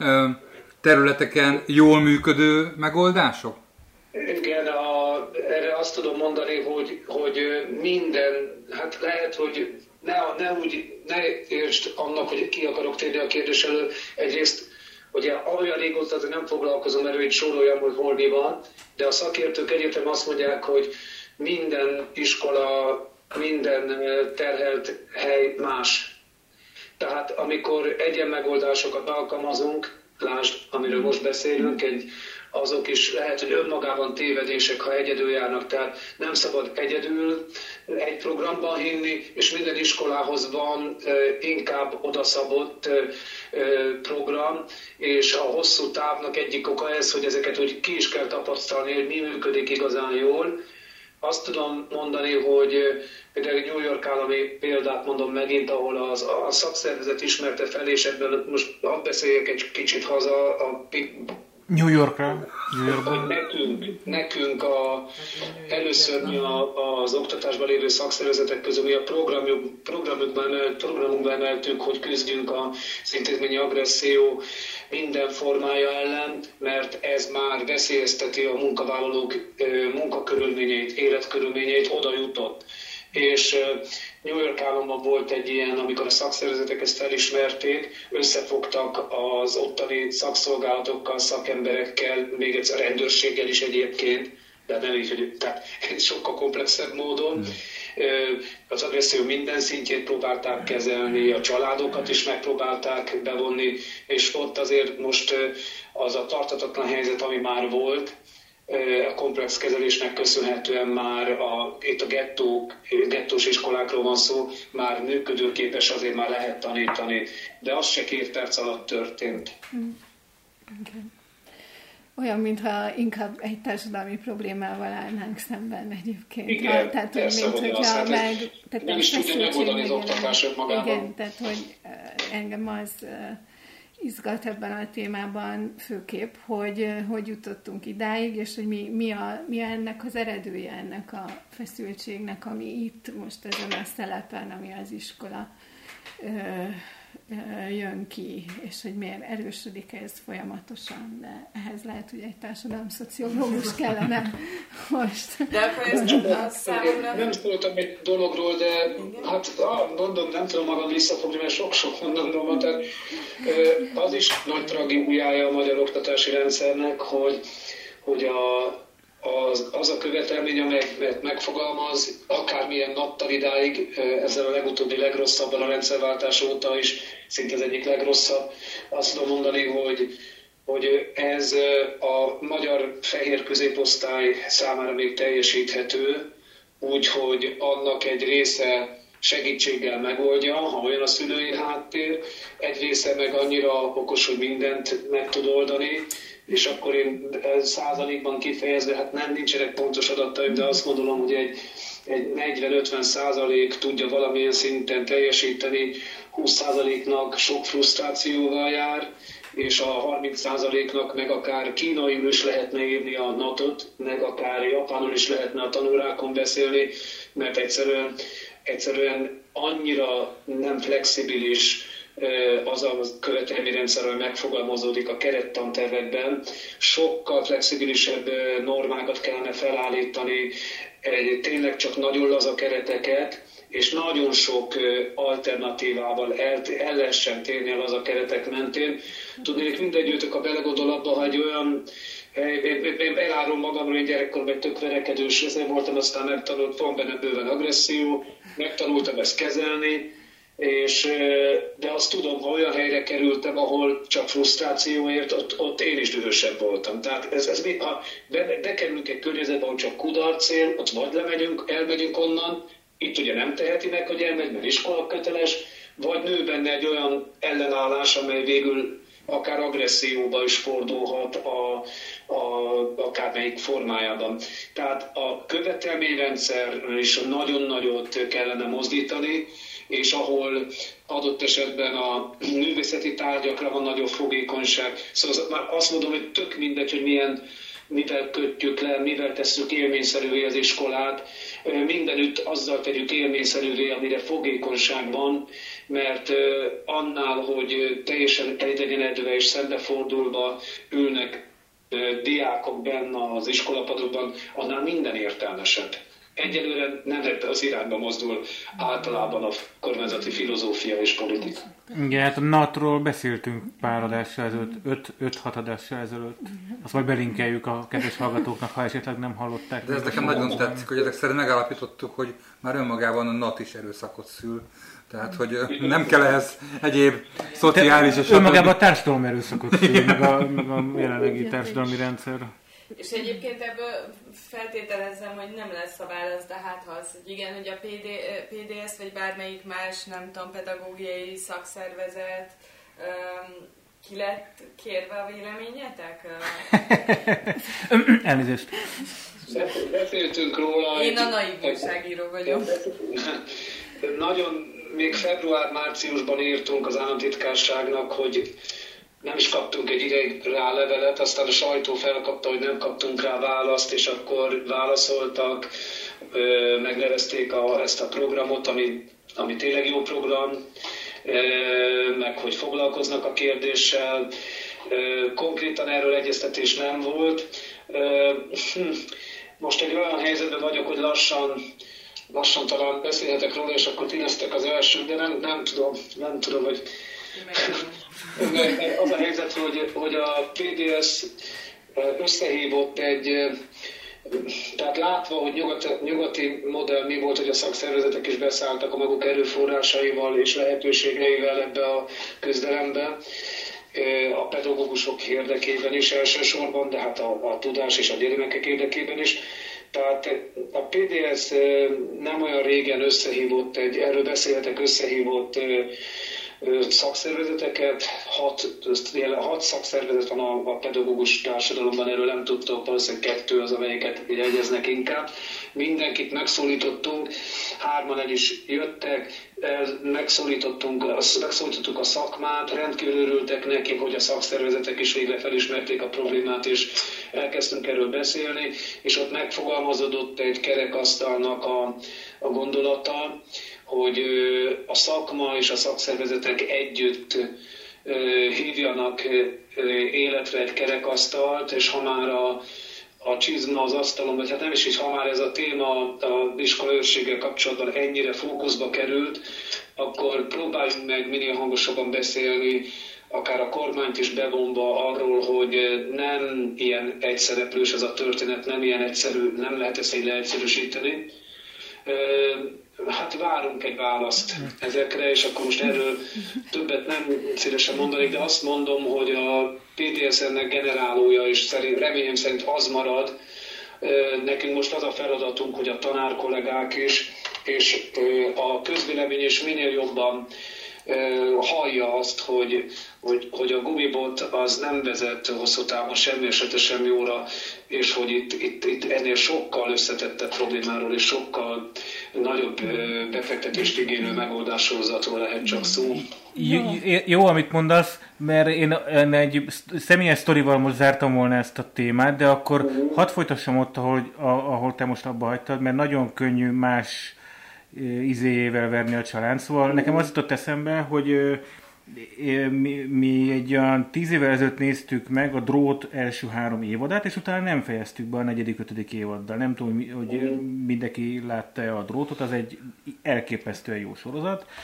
területeken jól működő megoldások? Igen, a, erre azt tudom mondani, hogy, hogy minden, hát lehet, hogy ne, ne úgy, ne értsd annak, hogy ki akarok térni a kérdés elő. Egyrészt, ugye olyan régóta nem foglalkozom erről, hogy soroljam, hogy hol mi van, de a szakértők egyértelműen azt mondják, hogy minden iskola, minden terhelt hely más. Tehát amikor egyen megoldásokat alkalmazunk, lásd, amiről most beszélünk, egy, azok is lehet, hogy önmagában tévedések, ha egyedül járnak. Tehát nem szabad egyedül egy programban hinni, és minden iskolához van e, inkább odaszabott e, e, program, és a hosszú távnak egyik oka ez, hogy ezeket úgy ki is kell tapasztalni, hogy mi működik igazán jól. Azt tudom mondani, hogy például New York állami példát mondom megint, ahol az, a szakszervezet ismerte fel, és ebben most hadd beszéljek egy kicsit haza a New Yorkra. New Yorkban. Nekünk, nekünk a, először mi a, az oktatásban lévő szakszervezetek közül mi a programjuk, programunkban, emelt, programunkban emeltük, hogy küzdjünk az intézményi agresszió minden formája ellen, mert ez már veszélyezteti a munkavállalók munkakörülményeit, életkörülményeit, oda jutott. És New York államban volt egy ilyen, amikor a szakszervezetek ezt felismerték, összefogtak az ottani szakszolgálatokkal, szakemberekkel, még egyszer rendőrséggel is egyébként, de nem így, hogy tehát sokkal komplexebb módon. Az agresszió minden szintjét próbálták kezelni, a családokat is megpróbálták bevonni, és ott azért most az a tartatatlan helyzet, ami már volt, a komplex kezelésnek köszönhetően már a, itt a gettók, gettós iskolákról van szó, már működőképes, azért már lehet tanítani, de az se két perc alatt történt. Okay. Olyan, mintha inkább egy társadalmi problémával állnánk szemben egyébként. Igen, ha, tehát, persze, mint, hogy hogyha azt, meg, tehát nem is tudja megoldani az oktatások magában. Igen, tehát hogy engem az izgat ebben a témában főképp, hogy hogy jutottunk idáig, és hogy mi, mi, a, mi ennek az eredője, ennek a feszültségnek, ami itt most ezen a szelepen, ami az iskola ö, ö, jön ki, és hogy miért erősödik ez folyamatosan, de ehhez lehet, hogy egy társadalomszociológus kellene most. De akkor ez a számomra... Nem szóltam egy dologról, de hát mondom, nem tudom magam visszafogni, mert sok-sok mondanom van, tehát az is nagy tragédiája a magyar oktatási rendszernek, hogy, hogy a, az, az a követelmény, amelyet megfogalmaz, akármilyen nattal idáig, ezzel a legutóbbi legrosszabban a rendszerváltás óta is, szinte az egyik legrosszabb, azt tudom mondani, hogy, hogy ez a magyar fehér középosztály számára még teljesíthető, úgyhogy annak egy része segítséggel megoldja, ha olyan a szülői háttér, egy része meg annyira okos, hogy mindent meg tud oldani, és akkor én százalékban kifejezve, hát nem nincsenek pontos adataim, de azt gondolom, hogy egy, egy negyven-ötven százalék tudja valamilyen szinten teljesíteni, húsz százaléknak sok frusztrációval jár, és a harminc százaléknak meg akár kínaiul is lehetne írni a natot, meg akár japánul is lehetne a tanórákon beszélni, mert egyszerűen, egyszerűen annyira nem flexibilis az a követelményrendszer, ami megfogalmazódik a kerettantervekben, sokkal flexibilisebb normákat kellene felállítani, tényleg csak nagyon laza kereteket, és nagyon sok alternatívával el, el lehessen térni el az a keretek mentén. Tudnék, mindegyőtök a belegondol abba, hogy olyan, én elárom magamról, én gyerekkorban egy tök verekedős, ezért voltam, aztán megtanult, van benne bőven agresszió, megtanultam ezt kezelni, és, de azt tudom, ha olyan helyre kerültem, ahol csak frusztrációért, ott, ott én is dühösebb voltam. Tehát ez, ez, ha be, bekerülünk egy környezetbe, ahol csak kudarc él, ott vagy lemegyünk, elmegyünk onnan, itt ugye nem teheti meg, hogy elmegy, mert iskolaköteles, vagy nő benne egy olyan ellenállás, amely végül akár agresszióba is fordulhat a, a, akármelyik formájában. Tehát a követelményrendszer is nagyon nagyot kellene mozdítani, és ahol adott esetben a művészeti tárgyakra van nagyobb fogékonyság. Szóval már azt mondom, hogy tök mindegy, hogy milyen, mivel kötjük le, mivel tesszük élményszerűvé az iskolát, mindenütt azzal tegyük élményszerűvé, amire fogékonyság van, mert annál, hogy teljesen elidegenedve és szembefordulva ülnek diákok benne az iskolapadokban, annál minden értelmesebb. Egyelőre nem az irányba mozdul általában a kormányzati filozófia és politika. Igen, hát a en á té-ról beszéltünk pár adással ezelőtt, öt-hat adással ezelőtt. Azt majd belinkeljük a kedves hallgatóknak, ha esetleg nem hallották. De ez nekem nagyon tetszik, hogy ezek szerint megállapítottuk, hogy már önmagában a en á té is erőszakot szül. Tehát, hogy nem kell ehhez egyéb szociális és... Önmagában a társadalom erőszakot szül, meg a, meg a jelenlegi társadalmi rendszer. És egyébként ebből feltételezem, hogy nem lesz a válasz, de hát ha az, hogy igen, hogy a pé dé es vagy bármelyik más, nem tudom, pedagógiai szakszervezet um, ki lett kérve a véleményetek? Elnézést. Beszéltünk róla. Én a naiv újságíró vagyok. Nagyon, még február-márciusban írtunk az államtitkárságnak, hogy nem is kaptunk egy ideig rá levelet, aztán a sajtó felkapta, hogy nem kaptunk rá választ, és akkor válaszoltak, megnevezték a, ezt a programot, ami, ami tényleg jó program, meg hogy foglalkoznak a kérdéssel. Konkrétan erről egyeztetés nem volt. Most egy olyan helyzetben vagyok, hogy lassan, lassan talán beszélhetek róla, és akkor ti lesztek az első, de nem, nem tudom, nem tudom, hogy... Az a helyzet, hogy, hogy a pé dé es összehívott egy, tehát látva, hogy nyugati, nyugati modell mi volt, hogy a szakszervezetek is beszálltak a maguk erőforrásaival és lehetőségeivel ebbe a küzdelembe, a pedagógusok érdekében is elsősorban, de hát a, a tudás és a gyermekek érdekében is. Tehát a pé dé es nem olyan régen összehívott egy, erről beszélhetek, összehívott szakszervezeteket, hat, hat szakszervezet van a, a pedagógus társadalomban, erről nem tudtok, valószínűleg kettő az, amelyiket jegyeznek inkább. Mindenkit megszólítottunk, hárman el is jöttek, megszólítottunk, megszólítottuk a szakmát, rendkívül örültek nekik, hogy a szakszervezetek is végre felismerték a problémát, és elkezdtünk erről beszélni, és ott megfogalmazódott egy kerekasztalnak a, a gondolata, hogy a szakma és a szakszervezetek együtt hívjanak életre egy kerekasztalt, és ha már a, a csizma az asztalon, vagy hát nem is így, ha már ez a téma az iskolaőrséggel kapcsolatban ennyire fókuszba került, akkor próbáljunk meg minél hangosabban beszélni, akár a kormányt is bevonva arról, hogy nem ilyen egyszereplős ez a történet, nem ilyen egyszerű, nem lehet ezt így leegyszerűsíteni. Hát várunk egy választ ezekre, és akkor most erről többet nem szívesen mondanék, de azt mondom, hogy a pé dé es ennek generálója, és szerint, reményem szerint az marad. Nekünk most az a feladatunk, hogy a tanárkollégák is, és a közvélemény is minél jobban hallja azt, hogy, hogy, hogy a gumibot az nem vezet hosszú távon semmi esetre sem jóra, és hogy itt, itt, itt ennél sokkal összetettebb problémáról és sokkal nagyobb befektetést igénylő megoldássorozatról lehet csak szó. Jó, jó, amit mondasz, mert én egy személyes sztorival most zártam volna ezt a témát, de akkor uh-huh. hadd folytassam ott, ahol, ahol te most abba hagytad, mert nagyon könnyű más izéjével verni a család. Szóval nekem az jutott eszembe, hogy mi, mi egy olyan tíz évvel ezelőtt néztük meg a Drót első három évadát, és utána nem fejeztük be a negyedik, ötödik évaddal. Nem tudom, hogy mindenki látta a Drótot, az egy elképesztően jó sorozat.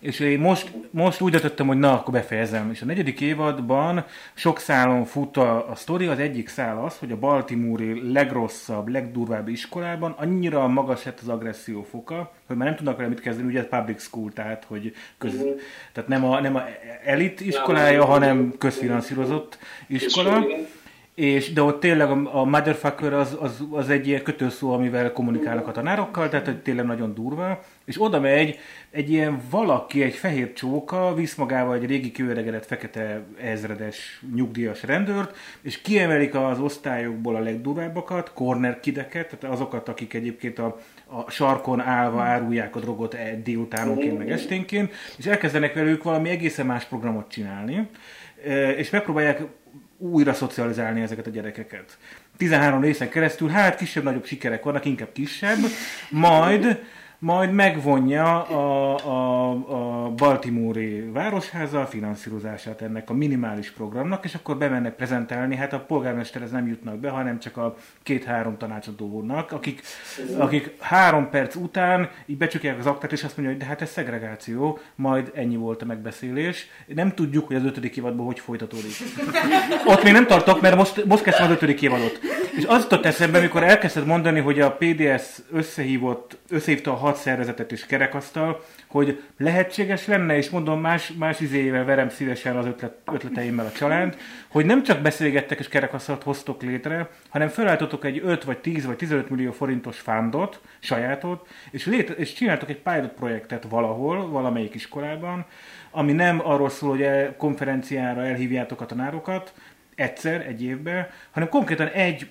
és én most, most úgy döntöttem, hogy na, akkor befejezem. És a negyedik évadban sok szálon fut a, a sztori. Az egyik szál az, hogy a baltimore-i legrosszabb, legdurvább iskolában annyira magas lett az agresszió foka, hogy már nem tudnak vele mit kezdeni, ugye ez public school, tehát, hogy köz, mm. tehát nem a, nem a elit iskolája, hanem közfinanszírozott iskola. És, de ott tényleg a, a motherfucker az, az, az egy ilyen kötőszó, amivel kommunikálnak a tanárokkal, tehát hogy tényleg nagyon durva. És oda megy egy ilyen valaki, egy fehér csóka, visz magával egy régi kőöregedett fekete ezredes nyugdíjas rendőrt, és kiemelik az osztályokból a legdurvábbakat, corner kideket, tehát azokat, akik egyébként a, a sarkon állva árulják a drogot délutánonként, meg esténként, és elkezdenek velük valami egészen más programot csinálni, és megpróbálják újra szocializálni ezeket a gyerekeket. tizenhárom részen keresztül, hát kisebb-nagyobb sikerek vannak, inkább kisebb, majd, majd megvonja a, a, a Baltimore-i városháza a finanszírozását ennek a minimális programnak, és akkor bemennek prezentálni, hát a polgármesterhez nem jutnak be, hanem csak a két-három tanácsadónak, akik, akik három perc után így becsukják az aktát, és azt mondja, hogy de hát ez szegregáció, majd ennyi volt a megbeszélés. Nem tudjuk, hogy az ötödik évadban hogy folytatódik. Ott még nem tartok, mert most, most kezdtem az ötödik évadot. És az jutott eszembe, amikor elkezdted mondani, hogy a pé dé es összehívott, összehívta a hat szervezetet és kerekasztal, hogy lehetséges lenne, és mondom, más, más izéjével verem szívesen az ötlet, ötleteimmel a család, hogy nem csak beszélgettek és kerekasztalt hoztok létre, hanem felálltotok egy öt vagy tíz vagy tizenöt millió forintos fundot, sajátot, és, létre, és csináltok egy pilot projektet valahol, valamelyik iskolában, ami nem arról szól, hogy el, konferenciára elhívjátok a tanárokat egyszer, egy évben, hanem konkrétan egy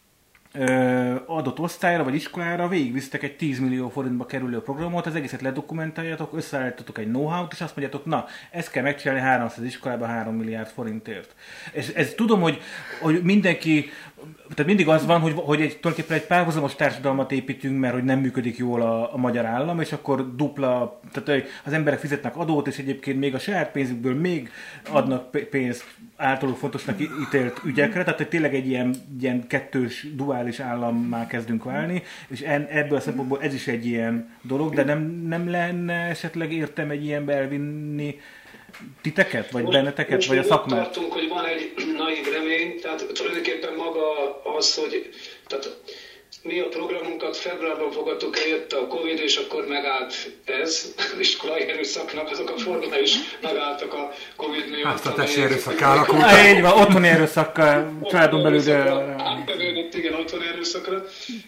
adott osztályra vagy iskolára végigvisztek egy tíz millió forintba kerülő programot, az egészet ledokumentáljátok, összeállítotok egy know-how-t, és azt mondjátok, na, ezt kell megcsinálni háromszáz iskolában három milliárd forintért. És ez tudom, hogy, hogy mindenki, tehát mindig az van, hogy, hogy egy, tulajdonképpen egy párhuzamos társadalmat építünk, mert hogy nem működik jól a, a magyar állam, és akkor dupla, tehát az emberek fizetnek adót, és egyébként még a saját pénzükből még adnak pénzt általuk fontosnak ítélt ügyekre, tehát hogy tényleg egy ilyen, ilyen kettős, duális állammá kezdünk válni, és en, ebből a szempontból ez is egy ilyen dolog, de nem, nem lenne esetleg értem egy ilyenbe elvinni titeket, vagy most, benneteket, most vagy a szakmát? Most tartunk, hogy van egy naív remény, tehát tulajdonképpen maga az, hogy tehát mi a programunkat februárban fogadtuk el, jött a Covid, és akkor megállt ez, az iskolai erőszaknak, azok a formái is megálltak a Covid miatt. Azt a tesi erőszak alakult. Így van, otthoni erőszakkal, családon belül. Átbevődött, igen, otthoni erőszakra.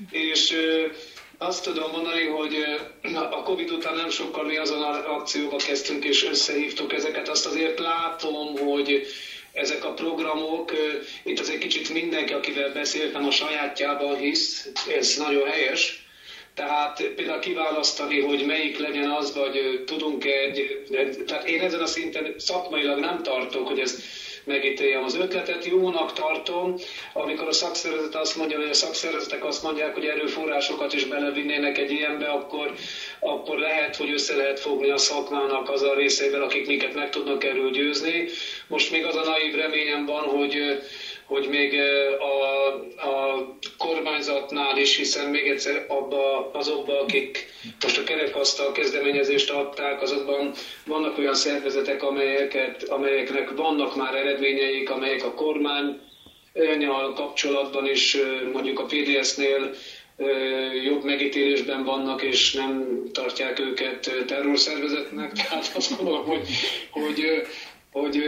És azt tudom mondani, hogy a Covid után nem sokkal mi azon a akcióba kezdtünk, és összehívtuk ezeket. Azt azért látom, hogy ezek a programok, itt az egy kicsit mindenki, akivel beszéltem, a sajátjában hisz, ez nagyon helyes. Tehát például kiválasztani, hogy melyik legyen az, vagy tudunk egy... Tehát én ezen a szinten szakmailag nem tartok, hogy ez megítéljem az ötletet. Jónak tartom, amikor a szakszervezet azt mondja, vagy a szakszervezetek azt mondják, hogy erőforrásokat is belevinnének egy ilyenbe, akkor, akkor lehet, hogy össze lehet fogni a szakmának az a részeivel, akik minket meg tudnak erről győzni. Most még az a naív reményem van, hogy, hogy még a, a kormányzatnál is, hiszen még egyszer abba, azokban, akik most a kerekasztal kezdeményezést adták, azokban vannak olyan szervezetek, amelyeket, amelyeknek vannak már eredményeik, amelyek a kormánnyal kapcsolatban is, mondjuk a pé dé es-nél jobb megítélésben vannak, és nem tartják őket terrorszervezetnek. Tehát azt gondolom, hogy, hogy, hogy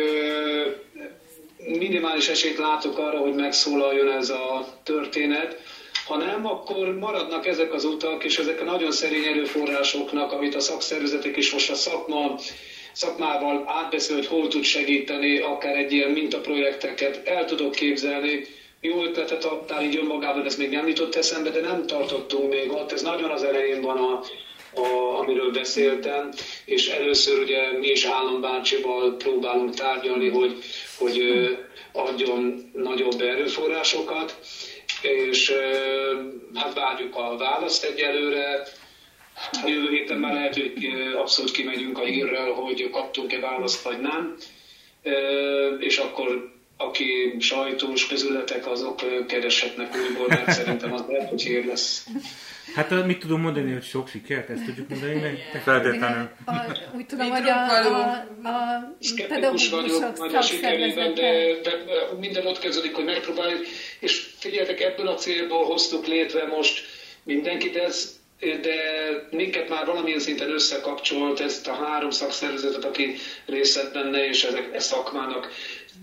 minimális esélyt látok arra, hogy megszólaljon ez a történet. Ha nem, akkor maradnak ezek az utak, és ezek a nagyon szerény erőforrásoknak, amit a szakszervezetek is most a szakma, szakmával átbeszél, hogy hol tud segíteni, akár egy ilyen mintaprojekteket el tudok képzelni. Jó ötletet adtál így önmagában, ez még nem jutott eszembe, de nem tartottunk még ott. Ez nagyon az elején van, a, a, amiről beszéltem, és először ugye mi is Álombácsival próbálunk tárgyalni, hogy, hogy adjon nagyobb erőforrásokat, és hát várjuk a választ egyelőre. Jövő héten már lehet, hogy abszolút kimegyünk a hírrel, hogy kaptunk-e választ, vagy nem, és akkor aki sajtós közületek, azok kereshetnek újból, mert szerintem az lehet, hogy hír lesz. Hát mit tudom mondani, hogy sok sikert, ezt tudjuk mondani nektek? Feltétlenül. Úgy tudom, hogy a, a, a szkeptikus vagyok majd a sikerében, de, de minden ott kezdődik, hogy megpróbáljuk, és figyeljetek, ebből a célból hoztuk létre most mindenkit, ez, de minket már valamilyen szinten összekapcsolt ezt a három szakszervezetet, aki részt vett benne, és ezek e szakmának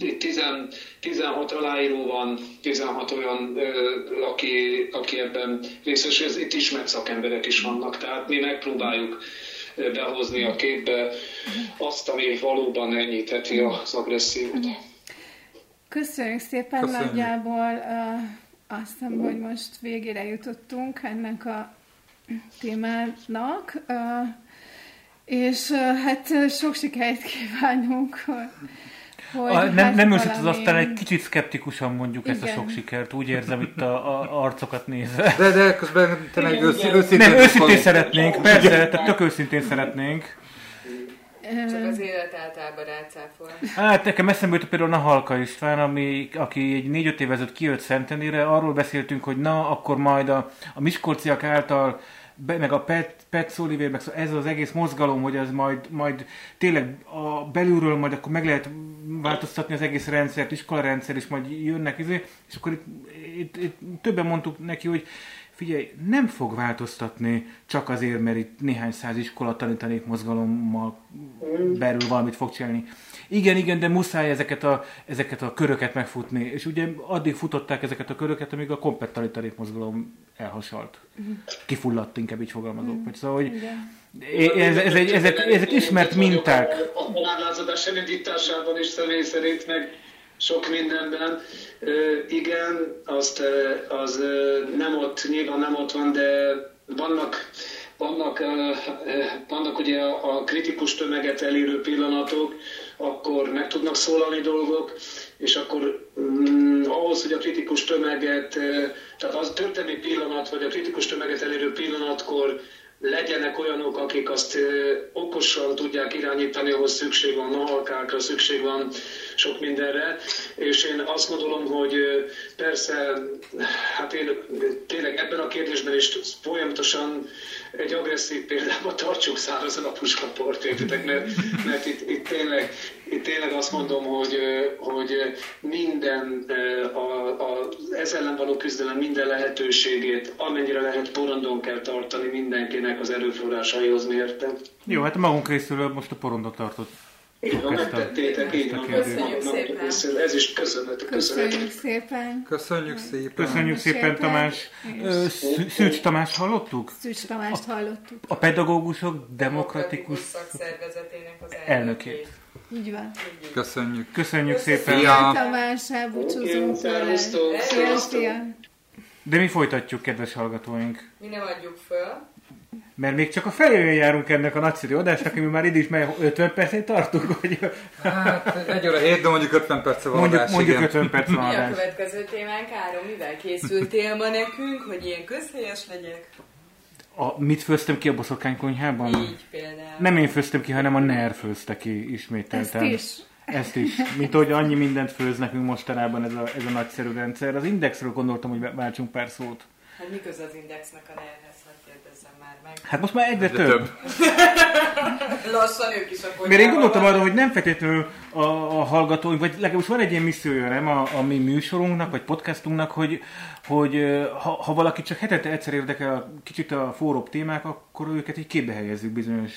tizenhat aláíró van, tizenhat olyan, ö, aki, aki ebben részes, ez itt ismert szakemberek is vannak, tehát mi megpróbáljuk behozni a képbe azt, ami valóban enyhítheti az agressziót. Köszönjük szépen, Köszönjük. Nagyjából uh, azt hiszem, hogy most végére jutottunk ennek a témának, uh, és uh, hát sok sikert kívánunk, hogy a, nem, nem őszít az aztán egy kicsit szkeptikusan mondjuk igen. Ezt a sok sikert, úgy érzem itt a, a arcokat nézve. De, de közben te meg őszintén... őszintén nem, őszintén szeretnénk, persze, tehát tök őszintén szeretnénk. Csak az élet általában rácáfol. Hát nekem eszembe jutott például a Halka István, ami, aki egy négy-öt évvel ezelőtt kijött Szentendére, arról beszéltünk, hogy na, akkor majd a, a miskolciak által, be, meg a Pet, Pet Oliver, meg ez az egész mozgalom, hogy ez majd, majd tényleg a belülről majd akkor meg lehet változtatni az egész rendszert, iskolarendszer, és majd jönnek, és akkor itt, itt, itt többen mondtuk neki, hogy figyelj, nem fog változtatni csak azért, mert itt néhány száz iskola tanítanék mozgalommal belül valamit fog csinálni. Igen, igen, de muszáj ezeket a, ezeket a köröket megfutni. És ugye addig futották ezeket a köröket, amíg a komplett tanítanék mozgalom elhasalt. Kifulladt, inkább így fogalmazok. Mm. Szóval, hogy ez, ez egy, ezek, ezek ismert minták. A halálázadás elindításában is személy szerint, meg sok mindenben. Uh, igen, azt, uh, az uh, nem ott, nyilván nem ott van, de vannak, vannak, uh, uh, vannak ugye a, a kritikus tömeget elérő pillanatok, akkor meg tudnak szólalni dolgok, és akkor um, ahhoz, hogy a kritikus tömeget, uh, tehát az történelmi pillanat, vagy a kritikus tömeget elérő pillanatkor legyenek olyanok, akik azt ö, okosan tudják irányítani, ahhoz szükség van nahalkákra, szükség van sok mindenre, és én azt gondolom, hogy ö, persze, hát én tényleg ebben a kérdésben is folyamatosan egy agresszív példában tartsuk szárazon a puskaport, értitek, mert, mert itt, itt, tényleg, itt tényleg azt mondom, hogy, hogy minden a, a, ez ellen való küzdelem minden lehetőségét, amennyire lehet porondon kell tartani mindenkinek az erőforrásaihoz mérten. Jó, hát a magunk részéről most a porondot tartott. Így van, megtettétek, így van. Köszönjük szépen. Ez is köszönet. Köszönjük szépen. Köszönjük szépen. Köszönjük szépen, Tamás. Szűcs Tamás hallottuk? Szűcs Tamást hallottuk. A pedagógusok demokratikus szakszervezetének az elnökét. Így van. Köszönjük. Köszönjük szépen. Szia Tamás, elbúcsúzunk tőle. Szia. De mi folytatjuk, kedves hallgatóink. Mi nem adjuk föl. Mert még csak a felében járunk ennek a nagyszerű adásnak, ami már idén is meg ötven percet tartunk, hogy... Hát egy óra hét, de mondjuk ötven perc van mondjuk, adás, mondjuk igen. ötven perc van adás. Mi a következő témánk, Áron? Mivel készültél ma nekünk, hogy ilyen közhelyes legyek? A, mit főztem ki a boszorkánykonyhában? Így például. Nem én főztem ki, hanem a en e er főzte ki ismételten. Ezt is. Ezt is. Mint hogy annyi mindent főz nekünk mostanában ez a, ez a nagyszerű rendszer. Az Indexről gondoltam, hogy váltsunk pár szót. Hát mi köz az Indexnek a en e er-hez? Kérdezzem már meg. Hát most már egyre De több. több. Lassan ők is akkor. Mert én gondoltam arra, hogy nem feltétlenül a, a hallgatóink, vagy legalábbis van egy ilyen missziója, nem a, a mi műsorunknak, vagy podcastunknak, hogy, hogy ha, ha valaki csak hetente egyszer érdekel kicsit a forróbb témák, akkor őket így képbe helyezzük bizonyos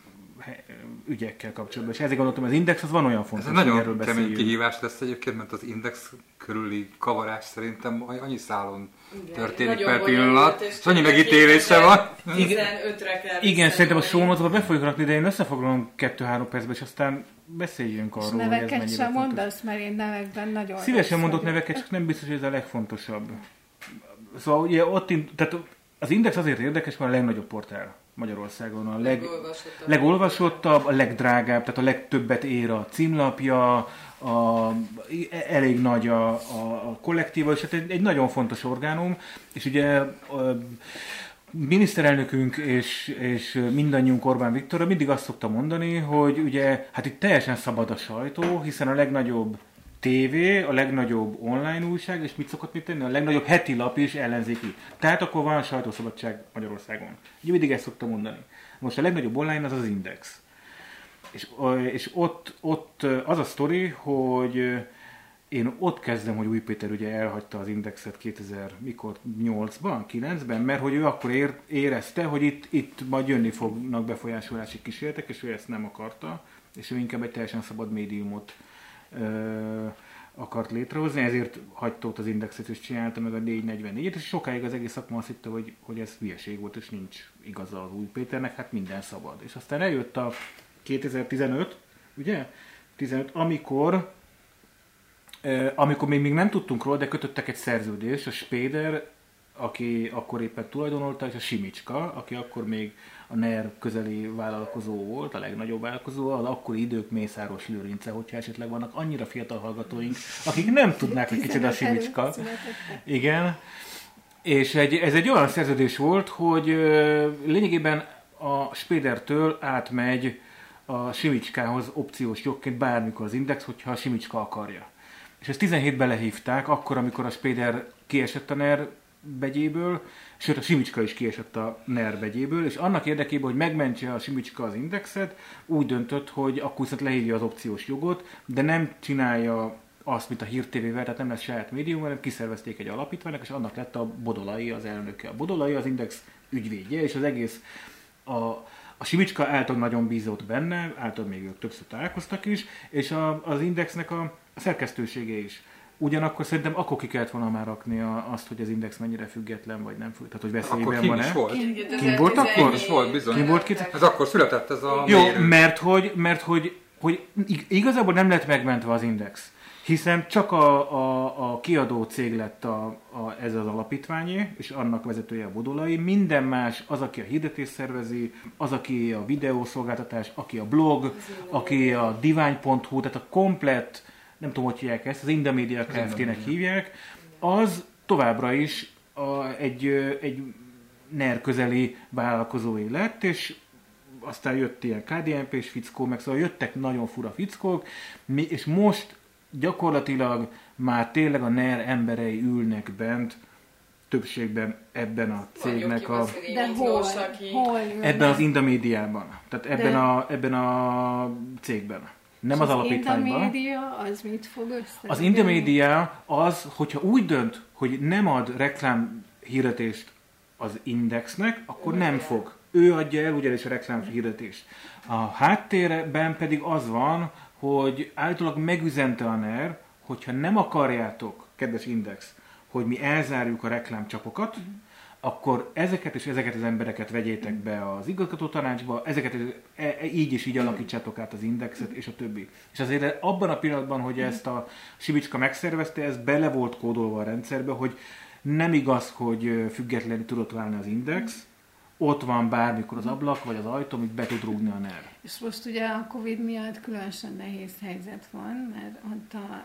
ügyekkel kapcsolatban. És ezért gondoltam, az Index az van olyan fontos, ez nagyon kemény beszéljünk. Kihívás lesz egyébként, mert az Index körüli kavarás szerintem annyi szálon igen, történik per pillanat, és annyi megítélése van. tizenötre kell igen, szerintem a show notes-ba be fogjuk rakni, de én összefoglalom kettő-három percben, és aztán beszéljünk arról, hogy ez mennyire neveket sem mondasz, mert én nevekben nagyon szívesen mondok neveket, csak nem biztos, hogy ez a legfontosabb. Szóval ugye ott, tehát az Index azért érdekes, mert a legnagyobb portál Magyarországon, a leg, legolvasottabb, a legdrágább, tehát a legtöbbet ér a címlapja, a, elég nagy a, a, a kollektíva, és hát egy, egy nagyon fontos orgánum, és ugye a miniszterelnökünk és, és mindannyiunk Orbán Viktorra mindig azt szokta mondani, hogy ugye hát itt teljesen szabad a sajtó, hiszen a legnagyobb tévé, a legnagyobb online újság, és mit szokott mit tenni? A legnagyobb heti lap is ellenzéki. Tehát akkor van sajtószabadság Magyarországon. Ugye mindig ezt szoktam mondani. Most a legnagyobb online az az Index. És, és ott, ott az a sztori, hogy én ott kezdem, hogy Új Péter ugye elhagyta az Indexet kétezer-nyolcban, kilencben, mert hogy ő akkor ér, érezte, hogy itt, itt majd jönni fognak befolyásolási kísérletek, és ő ezt nem akarta, és ő inkább egy teljesen szabad médiumot ö, akart létrehozni, ezért hagyta ott az Indexet, és csinálta meg a négy negyvennégyet, és sokáig az egész szakma azt hitte, hogy, hogy ez hülyeség volt, és nincs igaza az Új Péternek, hát minden szabad. És aztán eljött a kétezer-tizenöt, ugye? tizenöt, amikor amikor még, még nem tudtunk róla, de kötöttek egy szerződést, a Spéder, aki akkor éppen tulajdonolta, és a Simicska, aki akkor még a NER közeli vállalkozó volt, a legnagyobb vállalkozó, az akkori idők Mészáros Lőrince, hogyha esetleg vannak annyira fiatal hallgatóink, akik nem tudnák, hogy kicsit a Simicska. Igen. És egy, ez egy olyan szerződés volt, hogy lényegében a Spédertől átmegy a Simicskához opciós jogként bármikor az Index, hogyha a Simicska akarja. És ezt tizenhétben lehívták, akkor, amikor a Spéder kiesett a NER begyéből, sőt a Simicska is kiesett a NER begyéből, és annak érdekében, hogy megmentse a Simicska az Indexet, úgy döntött, hogy akkor viszont lehívja az opciós jogot, de nem csinálja azt, mint a Hír té vével, tehát nem lesz saját médium, hanem kiszervezték egy alapítványnak, és annak lett a Bodolai az elnöke. A Bodolai az Index ügyvédje, és az egész a A Simicska által nagyon bízott benne, által még ők többször találkoztak is, és a, az Indexnek a szerkesztősége is. Ugyanakkor szerintem akkor ki kellett volna már rakni azt, hogy az Index mennyire független, vagy nem független, tehát hogy veszélyben van-e. Akkor Kim is volt? Kim volt akkor? Is volt, bizony. Kim volt ki? Ez akkor született ez a Jó, mérő. mert hogy, mert hogy, hogy igazából nem lett megmentve az Index. Hiszen csak a, a, a kiadó cég lett a, a, ez az alapítványé, és annak vezetője a Bodolai. Minden más, az, aki a hirdetést szervezi, az, aki a videószolgáltatás, aki a blog, aki a divány pont hu, tehát a komplett, nem tudom, hogy hívják ezt, az Indamedia Kft-nek hívják, az továbbra is a, egy, egy NER közeli vállalkozói lett, és aztán jött ilyen ká dé en pés fickó, meg szóval jöttek nagyon fura fickók, és most gyakorlatilag már tényleg a NER emberei ülnek bent, többségben ebben a cégnek a... De hol? hol ebben az Indamédiában. Tehát ebben, a, ebben a cégben. Nem az, az alapítványban. Az Indamédia az mit fog össze? Az Indamédia az, hogyha úgy dönt, hogy nem ad reklám hirdetést az Indexnek, akkor nem ja. fog. Ő adja el ugyanis a reklám hirdetést. A háttérben pedig az van, hogy állítólag megüzente a NER, hogyha nem akarjátok, kedves Index, hogy mi elzárjuk a reklámcsapokat, mm. akkor ezeket és ezeket az embereket vegyétek be az igazgatótanácsba, ezeket e, e, így és így alakítsátok át az Indexet, és a többi. És azért abban a pillanatban, hogy ezt a Simicska megszervezte, ez bele volt kódolva a rendszerbe, hogy nem igaz, hogy függetlenül tudott válni az Index, ott van bármikor az ablak, vagy az ajtó, amit be tud rúgni a NER. És most ugye a Covid miatt különösen nehéz helyzet van, mert ott a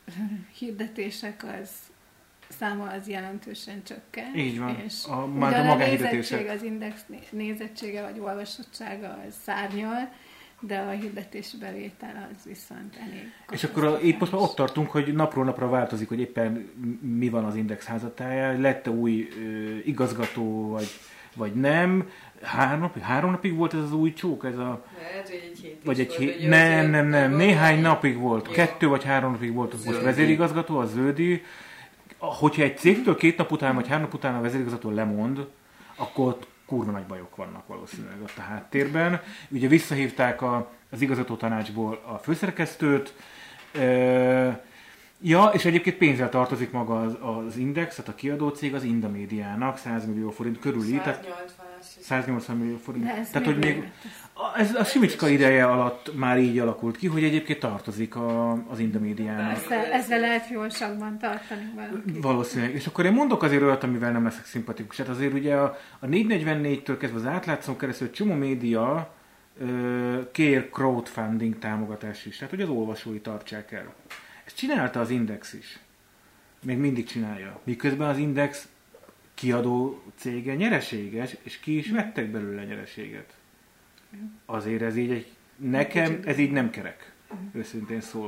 hirdetések az száma az jelentősen csökken. Így van. És a, már a nézettség, az Index nézettsége vagy olvasottsága az szárnyal, de a hirdetési bevétel az viszont elég. És akkor a, itt most már ott tartunk, hogy napról napra változik, hogy éppen mi van az Index házatáján, lett-e új ö, igazgató, vagy vagy nem. Három napig, három napig volt ez az új csók? Ez a... Lehet, hogy egy hét vagy egy hét... hét... Nem, nem, nem. Néhány napig volt. Jó. Kettő vagy három napig volt az most vezérigazgató, a Zöldi. Hogyha egy cégtől két nap után vagy három nap után a vezérigazgató lemond, akkor kurva nagy bajok vannak valószínűleg ott a háttérben. Ugye visszahívták a, az igazgató tanácsból a főszerkesztőt, e- Ja, és egyébként pénzzel tartozik maga az, az Index, tehát a kiadócég az Indamédiának száz millió forint körüli. száznyolcvan millió forint. Tehát, hogy még ez a Simicska ideje alatt már így alakult ki, hogy egyébként tartozik a, az Indamédiának. Ezzel, ezzel lehet jól sakban tartani valaki. Valószínűleg. És akkor én mondok azért olyat, amivel nem leszek szimpatikus. Hát azért ugye a, a négy negyvennégytől kezdve az átlátszón keresztül csomó média ö, kér crowdfunding támogatást is. Tehát, hogy az olvasói tartsák el. Ezt csinálta az Index is. Még mindig csinálja. Miközben az Index kiadó cége nyereséges, és ki is vettek belőle nyereséget. Azért ez így egy... Nekem ez így nem kerek. Őszintén szólva.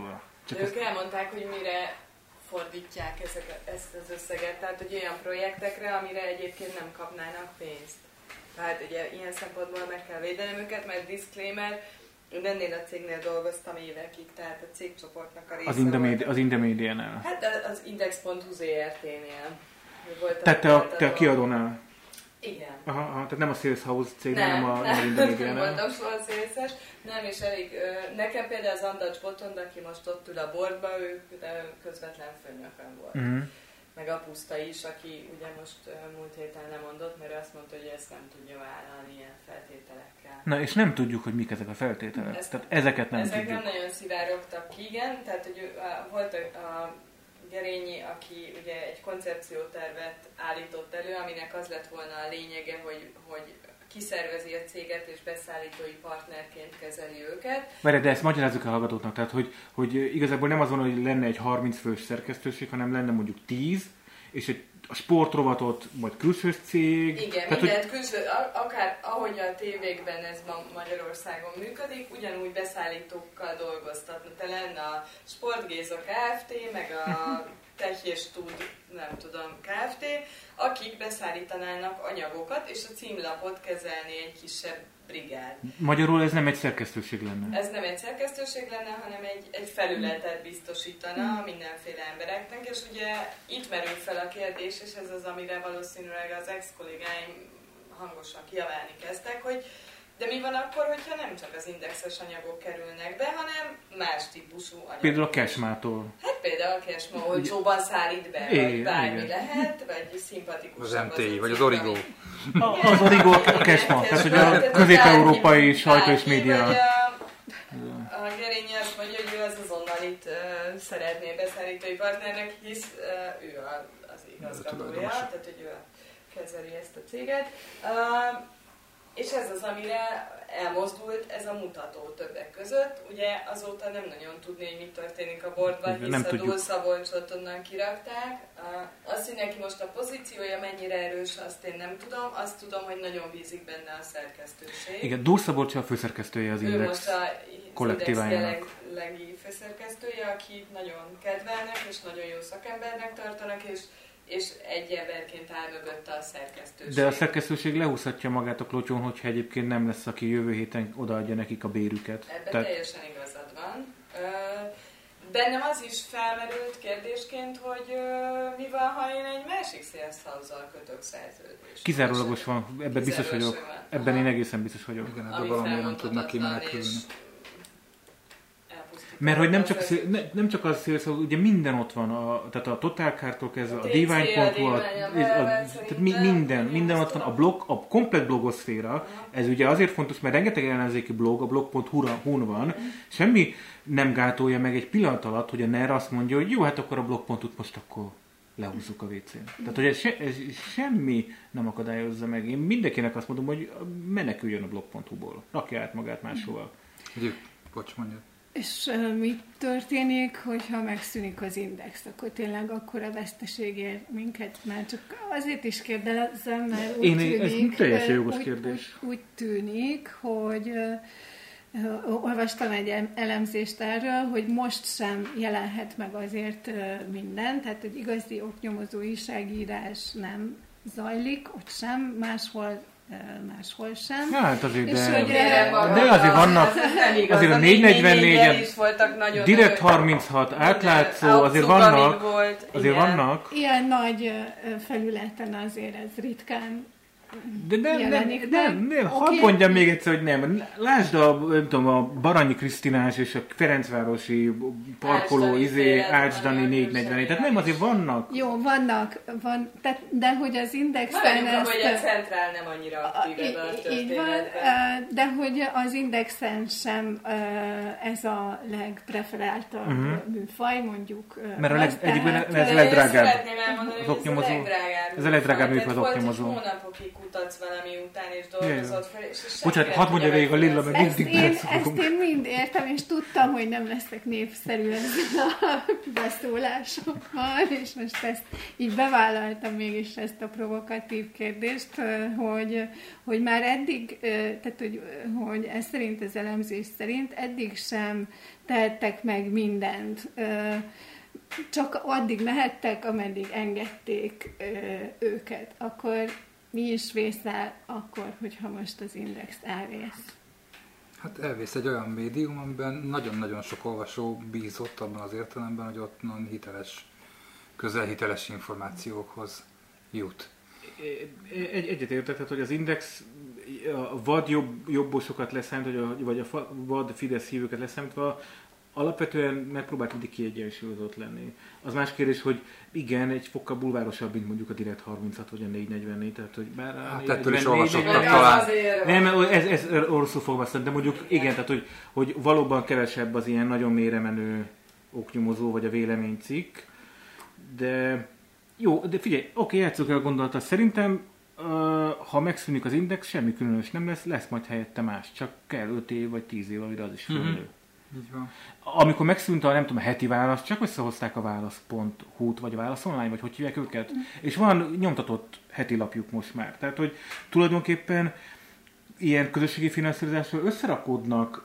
Ők ezt... elmondták, hogy mire fordítják ezek, ezt az összeget, tehát hogy olyan projektekre, amire egyébként nem kapnának pénzt. Tehát ugye ilyen szempontból meg kell védenem őket, mert disclaimer, én ennél a cégnél dolgoztam évekig, tehát a cégcsoportnak a része az Indemedia, az Indemédiánál? Hát az index pont hu zé er té-nél. Tehát te a, te a kiadónál? Igen. Aha, aha, tehát nem a Sales House cég, nem, hanem a, nem, a Indemédiánál. Nem voltam soha szélszes. Nem, és elég, nekem például az Andacs Botond, aki most ott ül a boardba, ő közvetlen főnökön volt. Uh-huh. Meg a Puszta is, aki ugye most múlt héten lemondott, mert azt mondta, hogy ezt nem tudja vállalni ilyen feltételekkel. Na, és nem tudjuk, hogy mik ezek a feltételek. Ezt, tehát ezeket nem ezek tudjuk. Ezek nem nagyon szivárogtak ki, igen. Tehát, hogy volt a, a Gerényi, aki ugye egy koncepciótervet állított elő, aminek az lett volna a lényege, hogy, hogy kiszervezi a céget és beszállítói partnerként kezeli őket. Várj, de ezt magyarázzuk a hallgatóknak, tehát hogy, hogy igazából nem az van, hogy lenne egy harminc fős szerkesztőség, hanem lenne mondjuk tíz, és egy a sportrovatot, majd külsős cég. Igen, tehát, mindent hogy... külső, akár ahogy a tévékben ez ma Magyarországon működik, ugyanúgy beszállítókkal dolgoztatna. Te lenne a Sportgéza Kft., meg a Tech és Tud, nem tudom, Kft., akik beszállítanának anyagokat, és a címlapot kezelni egy kisebb brigád. Magyarul ez nem egy szerkesztőség lenne? Ez nem egy szerkesztőség lenne, hanem egy, egy felületet biztosítana mindenféle embereknek, és ugye itt merül fel a kérdés, és ez az, amire valószínűleg az ex-kollégáim hangosan kiabálni kezdtek, hogy de mi van akkor, hogyha nem csak az indexes anyagok kerülnek be, hanem más típusú anyagok. Például a Cashmától. Hát például a Cashma olcsóban szállít be, é, vagy bármi lehet, vagy szimpatikusabb. Az em té i, vagy az Origo. A, az Origo, a Cashma, tehát hogy a közép-európai sajtó és média. A Gerényi azt mondja, hogy ő az azonnal itt uh, szeretné beszállítói partnernek, hisz uh, ő a, az igazgatója, tehát hogy ő kezeli ezt a céget. Uh, És ez az, amire elmozdult ez a mutató többek között. Ugye azóta nem nagyon tudni, hogy mi történik a boardban, hisz nem a Dúl Szabolcsot onnan kirakták. Azt, hogy neki most a pozíciója mennyire erős, azt én nem tudom. Azt tudom, hogy nagyon bízik benne a szerkesztőség. Igen, Dúl Szabolcs a főszerkesztője az Index kollektívájának. Ő most kollektívájának. Index jelenlegi főszerkesztője, akit nagyon kedvelnek és nagyon jó szakembernek tartanak, és és egy emberként áll mögötte a szerkesztőség. De a szerkesztőség lehúzhatja magát a klotyón, hogyha egyébként nem lesz, aki jövő héten odaadja nekik a bérüket. Ebben Tehát... teljesen igazad van. Bennem az is felmerült kérdésként, hogy mi van, ha én egy másik sales house-zal kötök szerződést. Kizárólagos van, ebben biztos vagyok. Van. Ebben Aha. én egészen biztos vagyok. Igen, ebben valamiért nem tudnak kimenekülni. Mert hogy nem csak, szél, ne, nem csak az szélsz, ugye minden ott van, a, tehát a Total Car-tól kezdve, a Divine pont hu, tehát mi, minden, minden ott van, a blog, a komplet blogoszféra, ez ugye azért fontos, mert rengeteg ellenzéki blog, a blog pont hu-n van, semmi nem gátolja meg egy pillanat alatt, hogy a en e er azt mondja, hogy jó, hát akkor a blog pont hu-t most akkor lehúzzuk a vécén. Tehát, hogy ez, se, ez semmi nem akadályozza meg. Én mindenkinek azt mondom, hogy meneküljön a blog pont hu-ból, rakja át magát máshova. Bocs, mondja. És uh, mi történik, hogyha megszűnik az Index? Akkor tényleg akkor a veszteség ér minket? Már csak azért is kérdezem, mert úgy Én, tűnik, ez teljesen jogos úgy, kérdés. Úgy, úgy tűnik, hogy uh, uh, olvastam egy elemzést erről, hogy most sem jelenhet meg azért uh, minden, tehát hogy igazi oknyomozó újságírás nem zajlik, ott sem, máshol máshol sem. Ja, hát azért, de, hogy, de, de azért vannak, azért a négyszáznegyvennégy, Direkt harminchat, átlátszó, azért vannak, azért vannak. Ilyen nagy felületen azért ez ritkán De nem, nem, nem, nem, nem. Okay. Hadd mondjam még egyszer, hogy nem. Lásd a, nem tudom, a Baranyi Krisztinás és a Ferencvárosi parkoló, izé, Ácsdani négyszáznegyvennégy. Tehát nem, azért vannak. Jó, vannak, van, de, de hogy az Indexen... Várjunk, ezt, hogy a Centrál nem annyira aktív ebben a történetben. De hogy az Indexen sem ez a legpreferáltabb uh-huh. műfaj, mondjuk. Mert a leg, egyikben ez a legdrágább. Az oknyomozó. Ez a legdrágább műfaj az oknyomozó. kutatsz valami után, és dolgozod fel, és senki Bocsánat, hadd mondja végig a Lilla, mert ezt mindig én, ezt én mind értem, és tudtam, hogy nem leszek népszerű ezzel a beszólásommal, és most ezt így bevállaltam mégis ezt a provokatív kérdést, hogy, hogy már eddig, tehát hogy, hogy ez szerint, az elemzés szerint eddig sem tehettek meg mindent. Csak addig mehettek, ameddig engedték őket. Akkor mi is vészel akkor, hogyha most az Index elvész? Hát elvész egy olyan médium, amiben nagyon-nagyon sok olvasó bízott abban az értelemben, hogy ott non hiteles, közelhiteles információkhoz jut. Egy, egyetértek, tehát, hogy az Index a vad jobb, jobbosokat leszámítva, vagy a vad Fidesz hívőket leszámítva, alapvetően megpróbált mindig kiegyensúlyozott lenni. Az más kérdés, hogy igen, egy fokkal bulvárosabb, mint mondjuk a Direkt harminchat vagy a négy negyvennégy, tehát hogy bár a hát ettől is olvasottak talán. Nem, ez, ez rosszul fogalmaztam, de mondjuk igen, tehát hogy, hogy valóban kevesebb az ilyen nagyon mélyre menő oknyomozó, vagy a véleménycikk, de jó, de figyelj, oké, játsszuk el a gondolatot. Szerintem, uh, ha megszűnik az Index, semmi különös nem lesz, lesz majd helyette más, csak kell öt év vagy tíz év, amire az is fölnő. Mm-hmm. Így van. Amikor megszűnt a, nem tudom, a heti válasz, csak összehozták a válasz pont hú-t, vagy a válasz online, vagy hogy hívják őket. Mm. És van nyomtatott heti lapjuk most már. Tehát, hogy tulajdonképpen ilyen közösségi finanszírozásról összerakódnak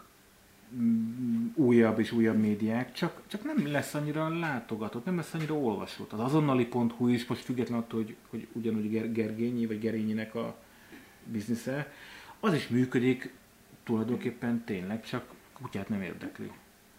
mm, újabb és újabb médiák, csak, csak nem lesz annyira látogatott, nem lesz annyira olvasott. Az azonnali pont hú is most független attól, hogy, hogy ugyanúgy Ger- Gergényi, vagy Gerényinek a biznisze, az is működik tulajdonképpen tényleg, csak kutyát nem érdekli.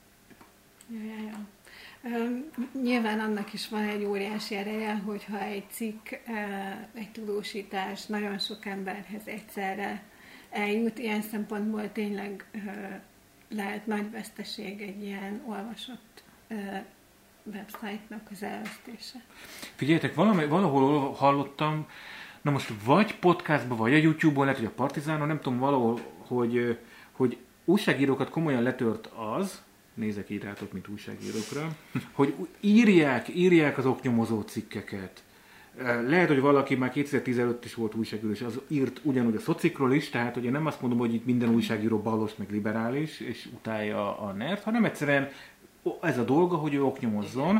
Ja, ja, ja. Um, nyilván annak is van egy óriási ereje, hogyha egy cikk, uh, egy tudósítás nagyon sok emberhez egyszerre eljut, ilyen szempontból tényleg uh, lehet nagy veszteség egy ilyen olvasott uh, website-nak az elvesztése. Figyeljetek, valami, valahol hallottam, na most vagy podcastban, vagy a YouTube-on, lehet, hogy a Partizánon, nem tudom, valahol, hogy, hogy újságírókat komolyan letört az, nézek így rátok, mint újságírókra, hogy írják, írják az oknyomozó cikkeket. Lehet, hogy valaki már kétezer-tizenöt is volt újságíró, és az írt ugyanúgy a szocikról is, tehát hogy én nem azt mondom, hogy itt minden újságíró balos, meg liberális, és utálja a nert, hanem egyszerűen ez a dolga, hogy ő oknyomozzon,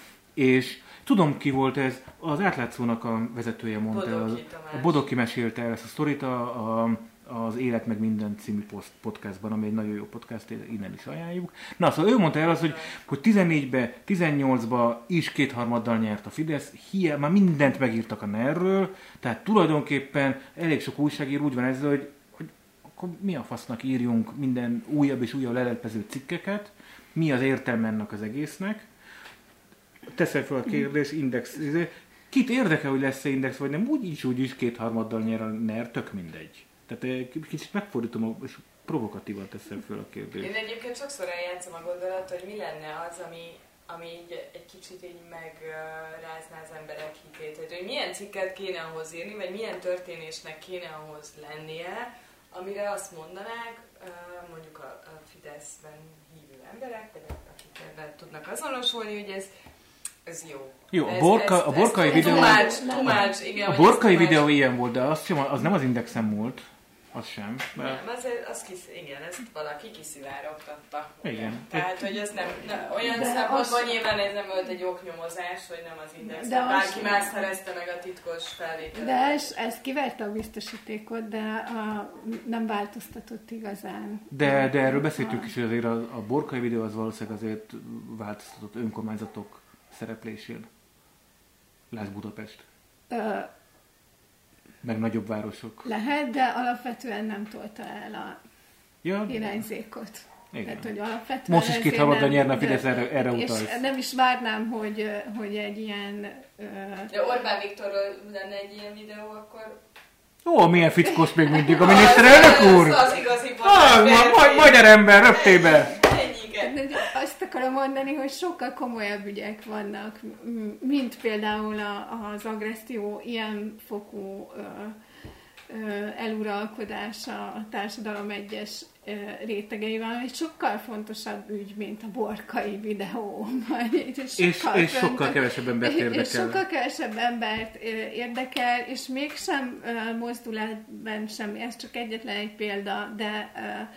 és tudom, ki volt ez, az Átlátszónak a vezetője mondta, Bodoki a Bodoki mesélte el ezt a sztorit a, a az Élet meg minden című podcastban, ami egy nagyon jó podcast, innen is ajánljuk. Na, szóval ő mondta el az, hogy, hogy tizennégyben, tizennyolcban is kétharmaddal nyert a Fidesz, hiába már mindent megírtak a nerről, tehát tulajdonképpen elég sok újságíró úgy van ezzel, hogy, hogy akkor mi a fasznak írjunk minden újabb és újabb leleplező cikkeket, mi az értelme ennek az egésznek. Teszem fel a kérdés, Index, kit érdekel, hogy lesz-e Index, vagy nem, úgy is, úgy is kétharmaddal nyer a NER, tök mindegy. Tehát kicsit megfordítom, és provokatívan teszem föl a kérdést. Én egyébként sokszor eljátszom a gondolat, hogy mi lenne az, ami, ami így egy kicsit így megrázná az emberek hitét. Hogy milyen cikket kéne ahhoz írni, vagy milyen történésnek kéne ahhoz lennie, amire azt mondanák, mondjuk a, a Fideszben hívő emberek, vagy akik ebben tudnak azonosulni, hogy ez Ez jó. Jó, a, borka, ez, a borkai ez, videó... Tumács, tumács, igen, a borkai videó ilyen volt, de az, sem, az nem az Indexen múlt. Az sem. Nem, az, az kis, igen, ezt valaki kiszivárogtatta. Igen. Tehát, hogy ez nem, nem olyan szempontból az... nyilván ez nem volt egy oknyomozás, hogy nem az Index. De bárki az... más szerezte meg a titkos felvételt. De ez, ez kiverte a biztosítékot, de a, nem változtatott igazán. De, de erről beszéltük is, hogy azért a, a borkai videó az valószínűleg azért változtatott önkormányzatok szereplésén. Lásd Budapest. Ö... Meg nagyobb városok. Lehet, de alapvetően nem tolta el a ja, irányzékot. Tehát, hogy alapvetően most is két harmadra nyerne a Fidesz, erre, erre utalsz. És nem is várnám, hogy, hogy egy ilyen... De Orbán Viktorról lenne egy ilyen videó, akkor... Ó, milyen fickós még mindig a miniszterelnök úr! Az, az igazi ah, majd, magyar ember, röptébe! Azt akarom mondani, hogy sokkal komolyabb ügyek vannak, mint például az agresszió ilyen fokú ö, ö, eluralkodása a társadalom egyes rétegeivel, egy sokkal fontosabb ügy, mint a borkai videó. És, és sokkal, sokkal kevesebb embert érdekel. És sokkal kevesebb embert érdekel, és mégsem mozdul ebben semmi. Ez csak egyetlen egy példa, de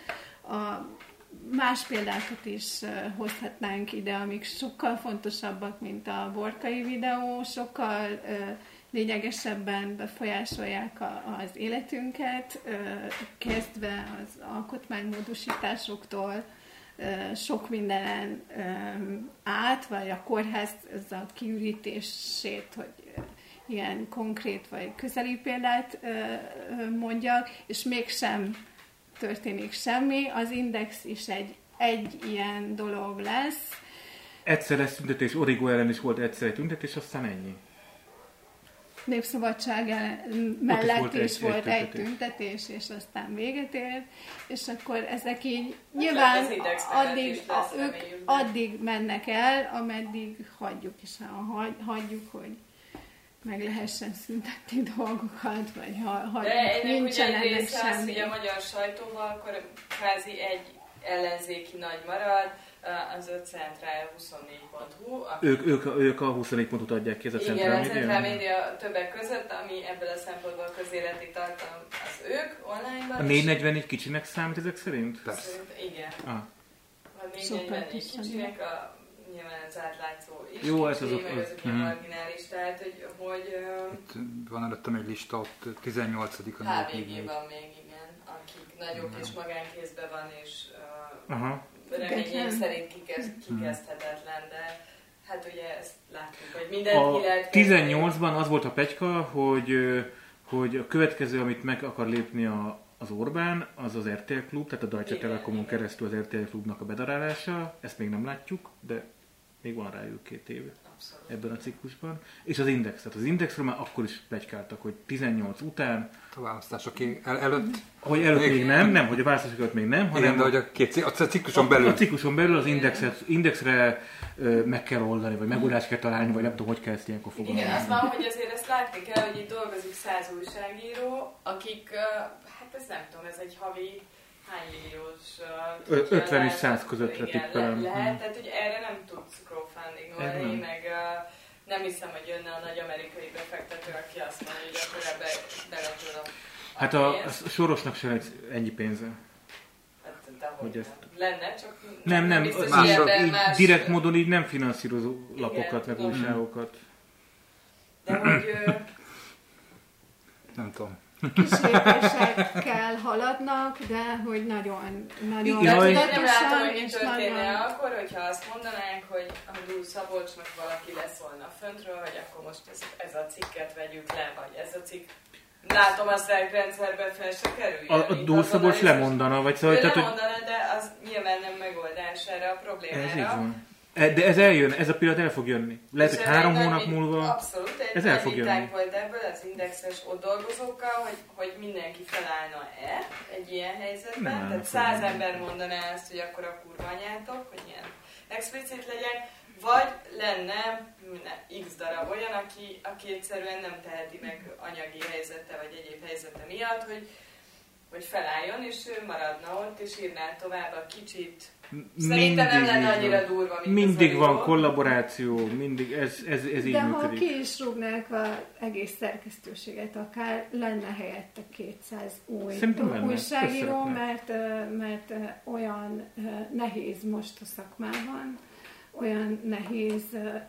a más példákat is hozhatnánk ide, amik sokkal fontosabbak, mint a borkai videó, sokkal lényegesebben befolyásolják a, az életünket, kezdve az alkotmánymódosításoktól sok mindenen át, vagy a kórház ez a kiürítését, hogy ilyen konkrét vagy közeli példát mondjak, és mégsem történik semmi. Az Index is egy, egy ilyen dolog lesz. Egyszer lesz tüntetés, Origo ellen is volt egyszer egy tüntetés, aztán ennyi. Népszabadság mellett is, is volt egy tüntetés. tüntetés, és aztán véget ért, és akkor ezek így nyilván addig, a, ők addig mennek el, ameddig hagyjuk, és ha hagyjuk, hogy meg lehessen szüntetni dolgokat, vagy ha hagyjuk, nincsen ennek semmi. De a magyar sajtóval akkor kvázi egy ellenzéki nagy marad, az öt Centrál huszonnégy pont hu. Ők, ők, ők a huszonnégy pontot adják ki, ez a Centrál Média? Igen, a Centrál Média többek között, ami ebből a szempontból közéleti tartalom, az ők online-ban. A négy negyvennégy kicsinek számít ezek szerint? Persze. Szerint, igen. Ah. A négy negyvennégy kicsinek, a, nyilván az átlátszó is jó, kicsi, ez az, meg az, az uh-huh. marginális, tehát hogy... hogy Itt van előttem egy lista, ott tizennyolcadik há vé gé-ban még, igen, akik nagyobb és magánkézben van, és uh, uh-huh. reményeim szerint kikez, kikezdhetetlen, de hát ugye ezt látjuk, hogy mindenki lehet... tizennyolcban az volt a pletyka, hogy, hogy a következő, amit meg akar lépni a, az Orbán, az az er té el Klub, tehát a Deutsche igen, Telekomon igen. keresztül az er té el Klubnak a bedarálása. Ezt még nem látjuk, de még van rájuk két év abszolút. Ebben a ciklusban. És az Index, tehát az Indexről már akkor is pletykáltak, hogy tizennyolc után... A választások el, előtt? Hogy előtt még, még nem, nem, hogy a választások előtt még nem, hanem... Igen, de hogy a, két, a cikluson belül... A, a cikluson belül az indexet, indexre ö, meg kell oldani, vagy megoldást kell találni, vagy nem tudom, hogy kell ezt ilyenkor fogalmazni. Igen, azt van, hogy azért ezt látni kell, hogy itt dolgozik száz újságíró, akik, hát ez nem tudom, ez egy havi hány milliós... ötven és száz közöttre tippelem. Le, lehet, tehát hogy erre nem tudsz crowdfundingolni, meg uh, nem hiszem, hogy jönne a nagy amerikai befektető, aki azt mondja, hogy akkor ebbe beletől a Hát a, a Sorosnak sem egy ennyi pénze. Hát, de hogy, hogy ezt... lenne, csak nem, nem, biztos, mások, így más... direkt módon így nem finanszírozó lapokat, meg újságokat. De hogy... nem tudom. Kis lépésekkel haladnak, de hogy nagyon, nagyon... Igen, tudod, nem látom, hogy mi történne nagyon... akkor, hogyha azt mondanánk, hogy a Dúl Szabolcsnak valaki leszólna föntről, hogy akkor most ez, ez a cikket vegyük le, vagy ez a cikk... Látom, a szerkrendszerben fel se kerül. A, a Dúl Szabolcs lemondana, vagy szóval... Ő tehát, lemondana, hogy... de az nyilván nem megoldás erre a problémára. Ez így van. De ez eljön, ez a pillanat el fog jönni. Lehet, hogy három hónap múlva abszolút, egy ez el fog jönni. volt ebből az Indexes ott dolgozókkal, hogy, hogy mindenki felállna-e egy ilyen helyzetben. Nem, tehát száz ember mondaná ezt, hogy akkor a kurva anyátok, hogy ilyen explicit legyen, vagy lenne x darab olyan, aki, aki egyszerűen nem teheti meg anyagi helyzete vagy egyéb helyzete miatt, hogy, hogy felálljon, és ő maradna ott, és írná tovább a kicsit. Szerintem nem lenne annyira durva, mint mindig van jó. Kollaboráció, mindig ez, ez, ez így de működik. ha ki is rúgnák az egész szerkesztőséget, akár lenne helyette kétszáz új újságíró, mert, mert olyan nehéz most a szakmában, olyan nehéz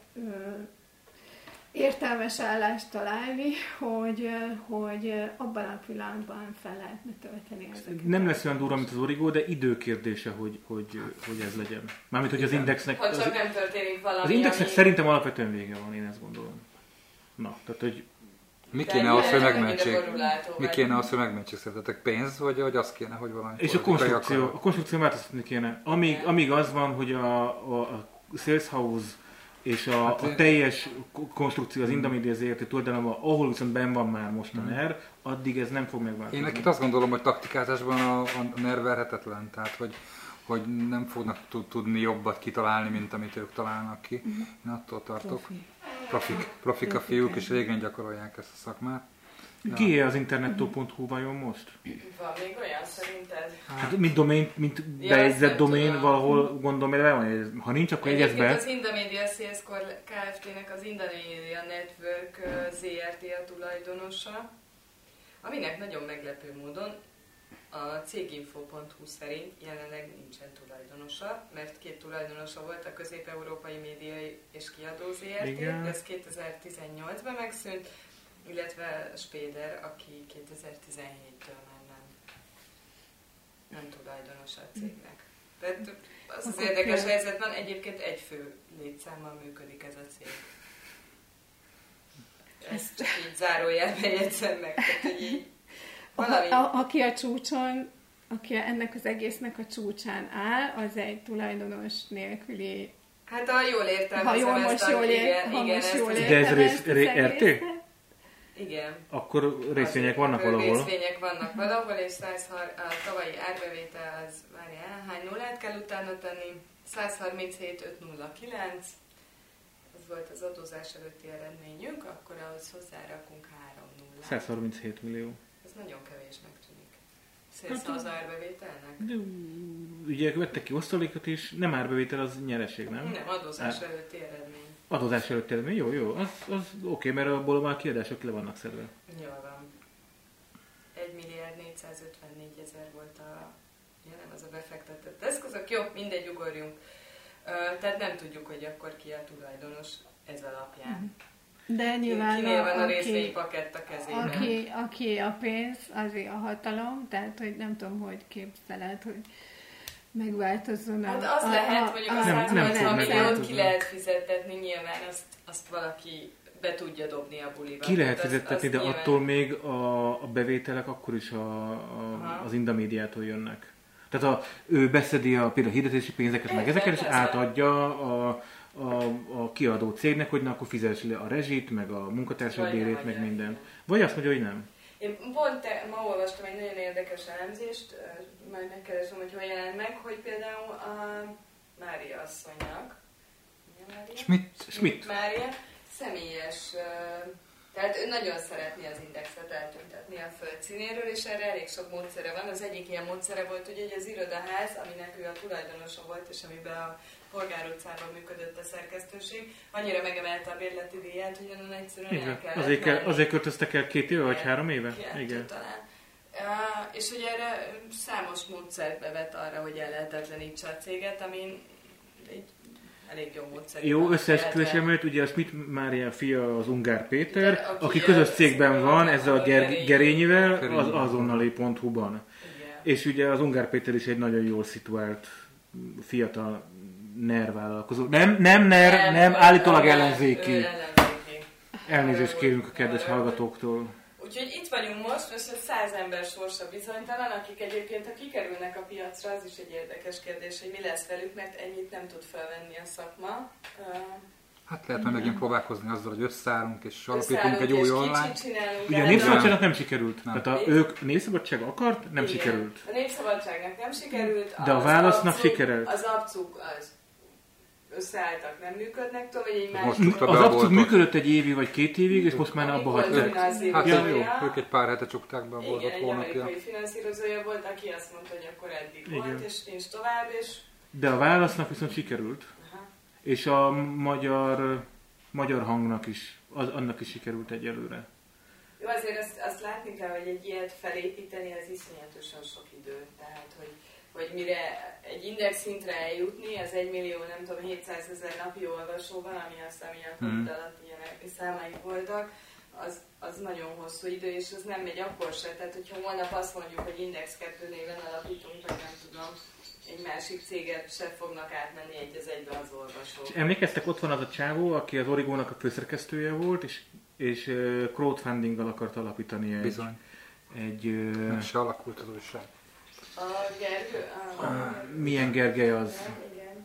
értelmes állást találni, hogy, hogy abban a pillanatban fel lehetne tölteni ezeket. Nem lesz olyan durva, mint az Origo, de időkérdése, hogy, hogy, hogy ez legyen. Mármint, hogy az Indexnek... Hogy csak az, nem történik valami, az Indexnek ami... szerintem alapvetően vége van, én ezt gondolom. Na, tehát, hogy... Mi kéne az, hogy megmentsék? Mi kéne az, hogy megmentsék szerintetek? Pénz, vagy, vagy az kéne, hogy valami... És a konstrukció, a konstrukció változtatni kéne. Amíg, amíg az van, hogy a, a, a Sales House és a, hát a teljes konstrukció az Indomedia zé er té tulajdonában, ahol viszont benn van már most a NER, addig ez nem fog megváltozni. Én nekik azt gondolom, hogy taktikázásban a, a NER verhetetlen, tehát hogy, hogy nem fognak tudni jobbat kitalálni, mint amit ők találnak ki. Én attól tartok. Profik. Profik a fiúk, és régen gyakorolják ezt a szakmát. G az internettó pont hu vajon most? Van még olyan szerinted? Hát mint domén, mint Ja, bejegyzett azt domén tudom. valahol gondolom, hogy van. Ha nincs, akkor jegyez Egyébként be. az Indamedia Sales Kft-nek az Indamedia Network zé er té a tulajdonosa, aminek nagyon meglepő módon a céginfo pont hu szerint jelenleg nincsen tulajdonosa, mert két tulajdonosa volt, a Közép-Európai Médiai és Kiadó zé er té, Igen. ez kétezer-tizennyolcban megszűnt, illetve Spéder, aki kétezer-tizenhéttől már nem, nem tulajdonos a cégnek. Tehát az az érdekes helyzet van, egyébként egy fő létszámmal működik ez a cég. Ezt csak így zárójelben jegyzem meg. Tehát, hogy így valami... a, a, aki a csúcson, aki ennek az egésznek a csúcsán áll, az egy tulajdonos nélküli... Hát ha jól értem, Ha jól most jól igen, ha igen, most jól ezt- De ez értem rész- ezt az ré- er té? egészet. Igen. Akkor részvények vannak Azért, valahol. Részvények vannak valahol, és száz har- a tavalyi árbevétel az, várjál, hány nullát kell utána tenni? száz harminchét egész ötszázkilenc, ez volt az adózás előtti eredményünk, akkor ahhoz hozzárakunk három nullát. száz harminchét millió. Ez nagyon kevésnek tűnik. Szélsz az árbevételnek? De, ugye vettek ki osztalékot is, nem árbevétel, az nyereség, nem? Nem, adózás Á. előtti eredmény. Adózás előtt eredmény, jó, jó, az, az oké, mert abból már kiadások le vannak szedve. Jól van. egy milliárd négyszázötvennégy ezer volt a, ja, nem, az a befektetett eszközök. Jó, mindegy, ugorjunk. Uh, tehát nem tudjuk, hogy akkor ki a tulajdonos ez alapján. De nyilván Kinél van a aki, részvénypakett a kezében? aki, aki a pénz, azért a hatalom, tehát hogy nem tudom, hogy képzeled, hogy megváltozzon a... Hát az a, lehet, mondjuk a Nem- nem száz fog milliót megváltozni. ki lehet fizettetni, nyilván azt, azt valaki be tudja dobni a buliba. Ki lehet Tehát azt- fizettetni, azt de nyilván- attól még a, a bevételek akkor is a, a, Aha. az Indamédiától jönnek. Tehát a, ő beszedi a például a hirdetési pénzeket, meg ezeket, és Persze. átadja a, a, a kiadó cégnek, hogy na, akkor fizess le a rezsit, meg a munkatársak Vagy bérét, nem meg adja, minden. igen. Vagy azt mondja, hogy nem. Én pont te, ma olvastam egy nagyon érdekes elemzést, ö, majd megkeresem, hogy hol jelent meg, hogy például a Mária asszonynak, mi a Mária? Schmidt. Schmidt. Mária személyes, ö, tehát ő nagyon szeretné az indexet eltüntetni a földszínéről, és erre elég sok módszere van. Az egyik ilyen módszere volt, ugye, hogy az irodaház, aminek ő a tulajdonosa volt, és amiben a Polgár utcában működött a szerkesztőség, annyira megemelte a bérleti díját, hogy onnan egyszerűen el Igen. kellett Azért, kell, menni. azért költöztek el két éve, vagy Igen. három éve? Kettő Igen. talán. Uh, és ugye erre számos módszert bevet arra, hogy ellehetetlenítse a céget, ami egy elég jó módszer. Jó, összeesküvés mellett ugye a Schmidt Mária fia az Ungár Péter, De aki aki közös a- cégben van, ezzel a a ger- Gerényi- Gerényivel, az Gerényi. azonnali pont hu-ban. Igen. És ugye az Ungár Péter is egy nagyon jól szituált fiatal NER vállalkozó. Nem, nem NER, nem, állítólag ő- ellenzéki. ő ellenzéki. Elnézést Arra kérünk a volt- kedves arra volt. hallgatóktól. Úgyhogy itt vagyunk most, most a száz ember sorsa bizonytalan, akik egyébként, ha kikerülnek a piacra, az is egy érdekes kérdés, hogy mi lesz velük, mert ennyit nem tud felvenni a szakma. Uh, Hát lehet majd megint próbálkozni azzal, hogy összeállunk és alapítunk összeállunk egy új és online. kicsit csinálunk Ugye a el, Népszabadságnak nem sikerült. Nem. Tehát a, ők Népszabadság akart, nem igen. sikerült. A Népszabadságnak nem sikerült. De a az Válasznak abcuk- sikerült. Az abcuk az összeálltak, nem működnek tovább, vagy egy Most másik... csukta be Az a abszolút boltot. működött egy évig vagy két évig, és most már abba Volt hagyták. finanszírozója. Hát Ja, jó. ők egy pár hete csukták be a Igen, boltot egy hónapja. amerikai finanszírozója volt, aki azt mondta, hogy akkor eddig Igen. volt, és nincs tovább, és... De a Válasznak viszont sikerült. Aha. És a magyar, magyar hangnak is, az, annak is sikerült egyelőre. Jó, azért azt, azt látni kell, hogy egy ilyet felépíteni, az iszonyatosan sok idő. Tehát, hogy, hogy mire egy index szintre eljutni, az egy millió, nem tudom, hétszázezer napi olvasóval, ami azt, ami a Hmm. Covid alatt ilyen számaik voltak, az, az nagyon hosszú idő, és az nem megy akkor se. Tehát, hogyha holnap azt mondjuk, hogy Index kettő néven alapítunk, vagy nem tudom, egy másik céget se fognak átmenni egy az egybe az olvasók. És emlékeztek, ott van az a csávó, aki az Origónak a főszerkesztője volt, és, és uh, crowdfundinggal akart alapítani egy... Bizony. egy uh, Nem se alakult az újság. A Gergő? A... milyen Gergely az? Nem, igen.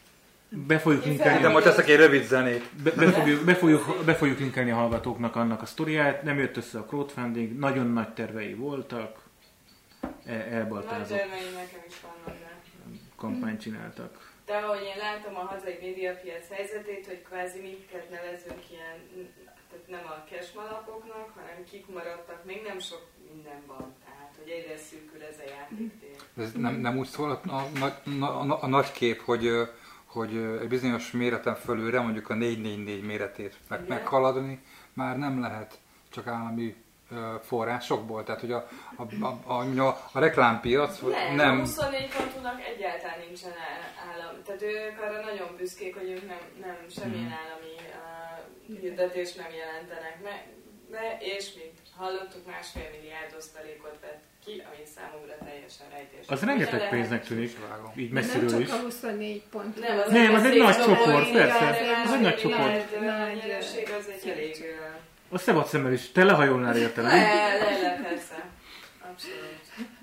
Be fogjuk linkelni, De most teszek egy rövid zenét. be, be, fogjuk, be, fogjuk, be fogjuk linkelni a hallgatóknak annak a sztoriát. Nem jött össze a crowdfunding, nagyon nagy tervei voltak, el, Nagy elbaltázott terveim nekem is vannak, de... kampányt csináltak. De ahogy én látom a hazai médiapiac helyzetét, hogy kvázi minket nevezünk ilyen tehát nem a kesmalapoknak, hanem kik maradtak, még nem sok minden van. Tehát, hogy egyre szűkül ez a játéktér. Ez nem, nem úgy szól a, a, a, a, a nagy kép, hogy, hogy egy bizonyos méreten fölülre, mondjuk a négy négy négy méretét meg, meghaladni, már nem lehet csak állami forrásokból, tehát hogy a, a, a, a, a reklámpiac nem... nem... a huszonnégy pontúnak egyáltalán nincsen állam, tehát ők arra nagyon büszkék, hogy ők nem, nem semmilyen állami uh, hirdetést nem jelentenek meg, be, és mint hallottuk, másfél milliárd osztalékot vett ki, ami számomra teljesen rejtés. Az rengeteg pénznek tűnik, így messziről nem is. Nem csak a huszonnégy pont. Nem, az, nem, az egy nagy csoport, persze. Az egy nagy csoport. A nyereség az egy elég... A szabad szemmel is, te lehajolnál érte, nem? Le, le, le, persze. Abszolút.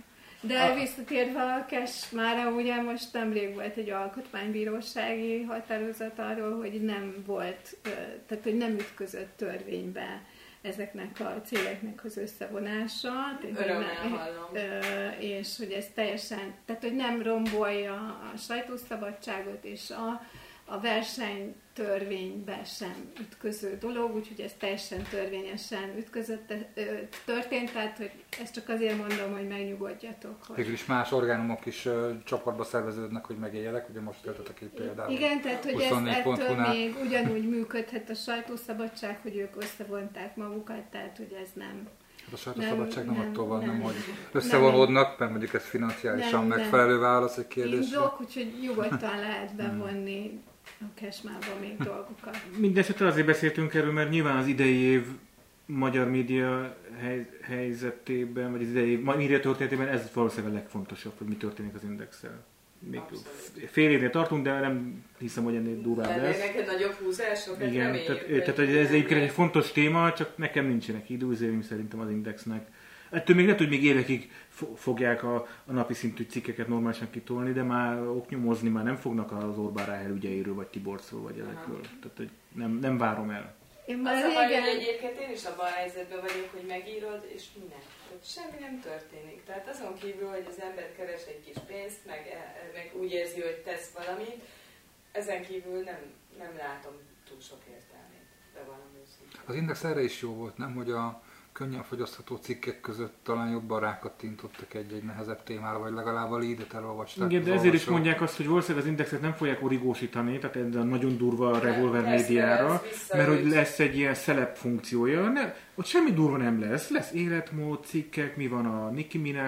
De a... visszatérve a Kesmára, ugye most nemrég volt egy alkotmánybírósági határozat arról, hogy nem volt, tehát hogy nem ütközött törvénybe ezeknek a cégeknek az összevonása. Örömmel hallom. És hogy ez teljesen, tehát hogy nem rombolja a sajtószabadságot, és a, a versenytörvénybe sem ütköző dolog, úgyhogy ez teljesen törvényesen ütközött, történt, tehát hogy ezt csak azért mondom, hogy megnyugodjatok. Hogy... Végül is más orgánumok is uh, csoportba szerveződnek, hogy megéljenek, ugye most töltöttek itt például. Igen, tehát hogy ez ettől még ugyanúgy működhet a sajtószabadság, hogy ők összevonták magukat, tehát hogy ez nem... Hát a sajtószabadság nem, nem attól van, nem, nem, hogy nem, összevonódnak, mert mondjuk ez financiálisan nem, megfelelő válasz egy kérdésre. Indok, úgyhogy nyugodtan lehet bevonni a Kesmába még dolgokat. Mindenesetre azért beszéltünk erről, mert nyilván az idei év magyar média hely, helyzetében, vagy az idei év média történetében ez valószínűleg a legfontosabb, hogy mi történik az Indexsel. Még fél évnél tartunk, de nem hiszem, hogy ennél durvább lesz. Neked nagyobb húzások? Igen, tehát, tehát ez egyébként egy fontos téma, csak nekem nincsenek időzőim szerintem az Indexnek. Ettől még lehet, hogy még évekig fogják a, a napi szintű cikkeket normálisan kitolni, de már oknyomozni már nem fognak az Orbán Ráhel ügyeiről, vagy Tiborcról, vagy ezekről. Tehát hogy nem, nem várom el. Én már az régen... a baj, hogy egyébként én is abban a helyzetben vagyok, hogy megírod, és minek. Tehát semmi nem történik. Tehát azon kívül, hogy az ember keres egy kis pénzt, meg, meg úgy érzi, hogy tesz valamit, ezen kívül nem, nem látom túl sok értelmét. De valami őszintén. Az Index erre is jó volt, nem? Hogy a könnyen fogyasztható cikkek között talán jobban rákattintottak egy-egy nehezebb témára, vagy legalább a leadet elolvasták. Igen, de ezért is mondják azt, hogy valószínűleg az Indexet nem fogják origósítani, tehát ez a nagyon durva revolver médiára, mert hogy lesz egy ilyen szelep funkciója. Ne, ott semmi durva nem lesz. Lesz életmód, cikkek, mi van a Nicki Minaj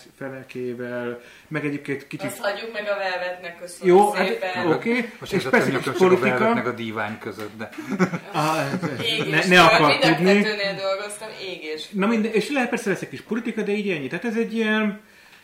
felekével, meg egyébként kicsit... Azt hagyjuk meg a Velvetnek, köszönöm jó, szépen. Hát, oké, okay. Most és persze is politika... a Velvetnek a dívány között, de... ah, ne, ne akar tudni. Mind dolgoztam, égés. Na minden, és lehet persze lesz egy kis politika, de így ennyi. Tehát ez egy ilyen...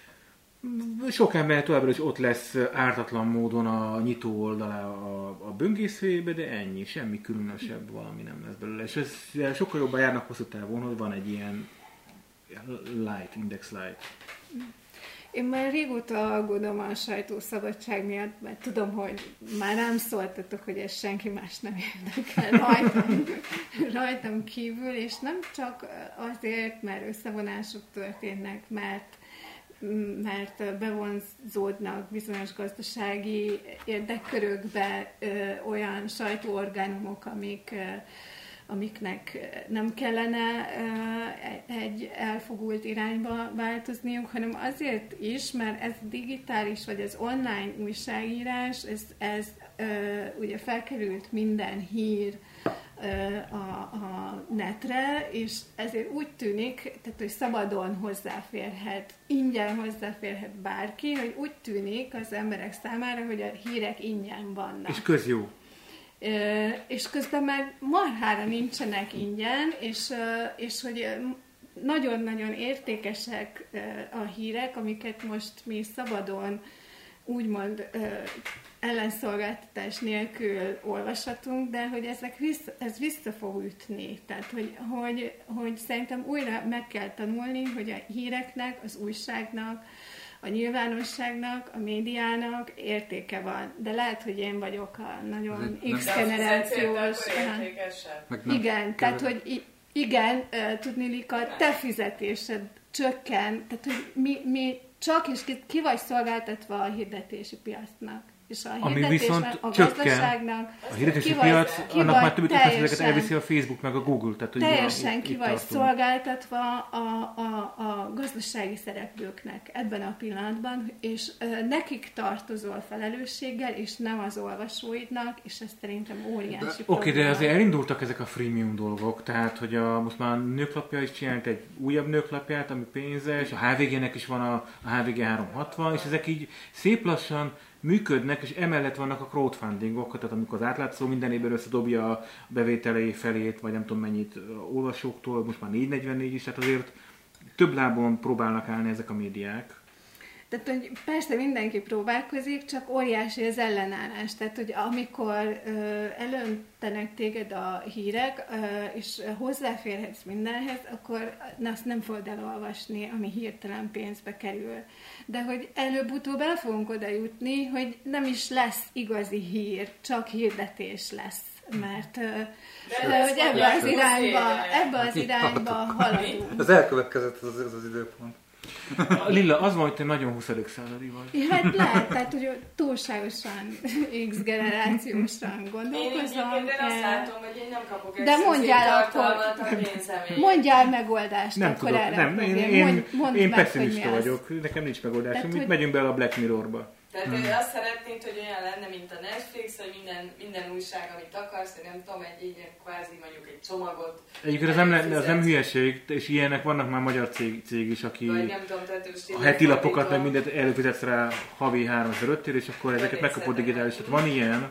Sok ember továbbra is ott lesz ártatlan módon a nyitó oldalá a, a böngészőjébe, de ennyi, semmi különösebb valami nem lesz belőle. És ez sokkal jobban járnak hosszú távon, hogy van egy ilyen light, Index light. Én már régóta aggódom a sajtószabadság miatt, mert tudom, hogy már nem szóltatok, hogy ez senki más nem érdekel rajtam, rajtam kívül, és nem csak azért, mert összevonások történnek, mert mert bevonzódnak bizonyos gazdasági érdekkörökbe ö, olyan sajtóorgánumok, amik, ö, amiknek nem kellene ö, egy elfogult irányba változniuk, hanem azért is, mert ez digitális vagy az online újságírás, ez, ez ö, ugye felkerült minden hír A, a netre, és ezért úgy tűnik, tehát, hogy szabadon hozzáférhet, ingyen hozzáférhet bárki, hogy úgy tűnik az emberek számára, hogy a hírek ingyen vannak. És közjó. E, és közben meg marhára nincsenek ingyen, és, és hogy nagyon-nagyon értékesek a hírek, amiket most mi szabadon úgymond ellenszolgáltatás nélkül olvashatunk, de hogy ezek vissza, ez vissza fog ütni. Tehát, hogy, hogy, hogy szerintem újra meg kell tanulni, hogy a híreknek, az újságnak, a nyilvánosságnak, a médiának értéke van. De lehet, hogy én vagyok a nagyon X-generációs... Igen, tehát, hogy igen, tudniillik, a te fizetésed csökken, tehát, hogy mi, mi csak és ki, ki vagy szolgáltatva a hirdetési piacnak. És a ami hirdetésnek, viszont a csökken. gazdaságnak... A hirdetési vagy, piac, annak már több teljesen, elviszi a Facebook meg a Google. Tehát, hogy teljesen a, ki vagy tartunk. szolgáltatva a, a, a gazdasági szereplőknek ebben a pillanatban, és ö, nekik tartozol felelősséggel, és nem az olvasóidnak, és ez szerintem óriási Oké, probléma. okay, de azért elindultak ezek a freemium dolgok, tehát hogy a, most már a nőklapja is csinált egy újabb nőklapját, ami pénzes, a há vé gének is van a, a há vé gé háromszázhatvan, és ezek így szép lassan működnek, és emellett vannak a crowdfundingok, tehát amikor az átlátszó minden évben összedobja a bevételei felét, vagy nem tudom mennyit olvasóktól, most már négyszáznegyvennégy is, tehát azért több lábon próbálnak állni ezek a médiák. Tehát, hogy persze mindenki próbálkozik, csak óriási az ellenállás. Tehát, hogy amikor ö, elöntenek téged a hírek, ö, és hozzáférhetsz mindenhez, akkor azt nem fogod elolvasni, ami hirtelen pénzbe kerül. De hogy előbb-utóbb el fogunk oda jutni, hogy nem is lesz igazi hír, csak hirdetés lesz. Mert de hogy ebbe az irányba, ebbe az irányba haladunk. Ez elkövetkezett az, az, az időpont. Lilla, az van, hogy te nagyon huszadik századi vagy. Ja, hát lehet, tehát hogy túlságosan X-generációsan gondolkozom. Én, én azt látom, hogy én nem kapok de mondjál akkor, mondjál megoldást nem akkor tudok, erre nem, a én, én, én, mondd én meg, pessimista vagyok, nekem nincs megoldásom, mit hogy... megyünk bele a Black Mirrorba. Tehát hmm. azt szeretnéd, hogy olyan lenne, mint a Netflix, hogy minden, minden újság, amit akarsz, hogy nem tudom, egy így kvázi mondjuk egy csomagot. Egyébként az nem, az nem hülyeség, és ilyenek vannak már magyar cég, cég is, aki tudom, a heti lapokat, meg mindent előfizetsz rá havi háromszáz-ötször, és akkor ezeket megkapod digitális. Tehát van ilyen,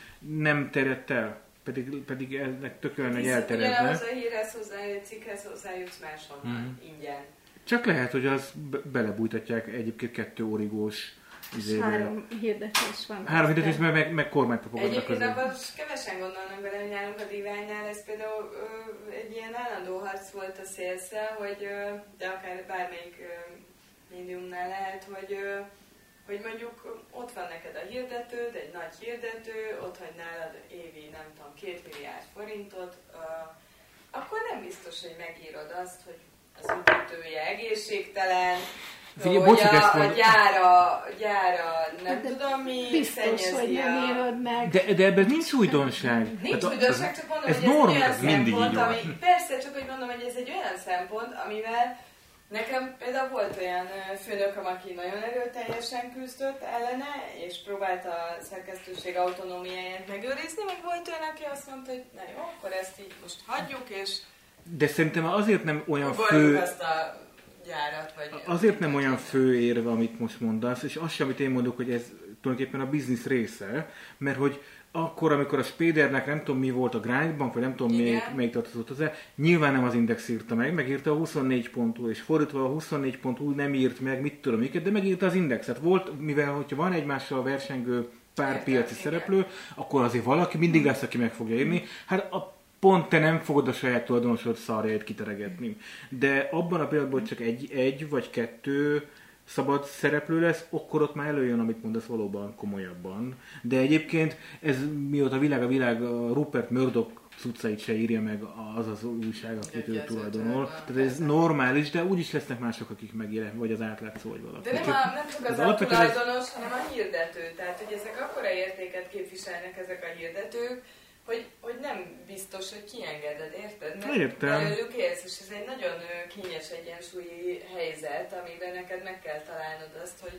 nem terjedt el, pedig, pedig ennek tökéletesen egy elterjedne. Ugyanaz a hírhez hozzájut, cikkhez hozzájutsz máshonnan, hmm. ingyen. Csak lehet, hogy az be- belebújtatják egyébként kettő origós. Három hirdetés van. Három hirdetés, meg, meg, meg kormánypropaganda között. Egyébként abban kevesen gondolnak bele, hogy nálunk a diványnál ez például ö, egy ilyen állandó harc volt a szélszel, hogy, ö, de akár bármelyik ö, médiumnál lehet, hogy, ö, hogy mondjuk ott van neked a hirdetőd, egy nagy hirdető, ott hagy nálad évi, nem tudom, két milliárd forintot, ö, akkor nem biztos, hogy megírod azt, hogy az ügyetője egészségtelen, Figyelj, hogy bocsuk, a, a gyára, gyára nem de tudom mi biztos, hogy nem írod meg. De, de ebben nincs újdonság. Nincs hát, újdonság, csak mondom, ez hogy ez norm, egy olyan ez szempont, ami, persze, csak hogy mondom, hogy ez egy olyan szempont, amivel nekem például volt olyan főnököm, aki nagyon erőteljesen küzdött ellene, és próbálta a szerkesztőség autonómiáját megőrizni, meg volt olyan, aki azt mondta, hogy na jó, akkor ezt így most hagyjuk, és de szerintem azért nem olyan fő... Azt a gyárat, vagy azért nem olyan fő érve, amit most mondasz, és az sem, amit én mondok, hogy ez tulajdonképpen a biznisz része, mert hogy akkor, amikor a Spédernek nem tudom mi volt a Grindbank, vagy nem tudom még, még tartozott hozzá, nyilván nem az Index írta meg, megírta a huszonnégy pont hu, és fordítva a huszonnégy pont hu nem írt meg, mit tudom miket, de megírta az Indexet. Volt, mivel hogyha van egymással versengő pár Értem, piaci igen. szereplő, akkor azért valaki mindig lesz, aki meg fogja írni. Hát a pont te nem fogod a saját tulajdonosod szarjait kiteregetni. De abban a pillanatban, hogy csak egy, egy vagy kettő szabad szereplő lesz, akkor ott már előjön, amit mondasz valóban komolyabban. De egyébként ez mióta a világ a világ a Rupert Murdoch cuccait se írja meg az az újság, akit ő tulajdonol. Tehát ez normális, de úgyis lesznek mások, akik megírják, vagy az átlátszó, vagy valaki. De nem, a, nem csak az, az a tulajdonos, hanem a hirdető. Tehát, hogy ezek akkora értéket képviselnek ezek a hirdetők, Hogy, hogy nem biztos, hogy kiengeded, érted? Mert Értem. belőlük élsz, és ez egy nagyon kényes egyensúlyi helyzet, amiben neked meg kell találnod azt, hogy...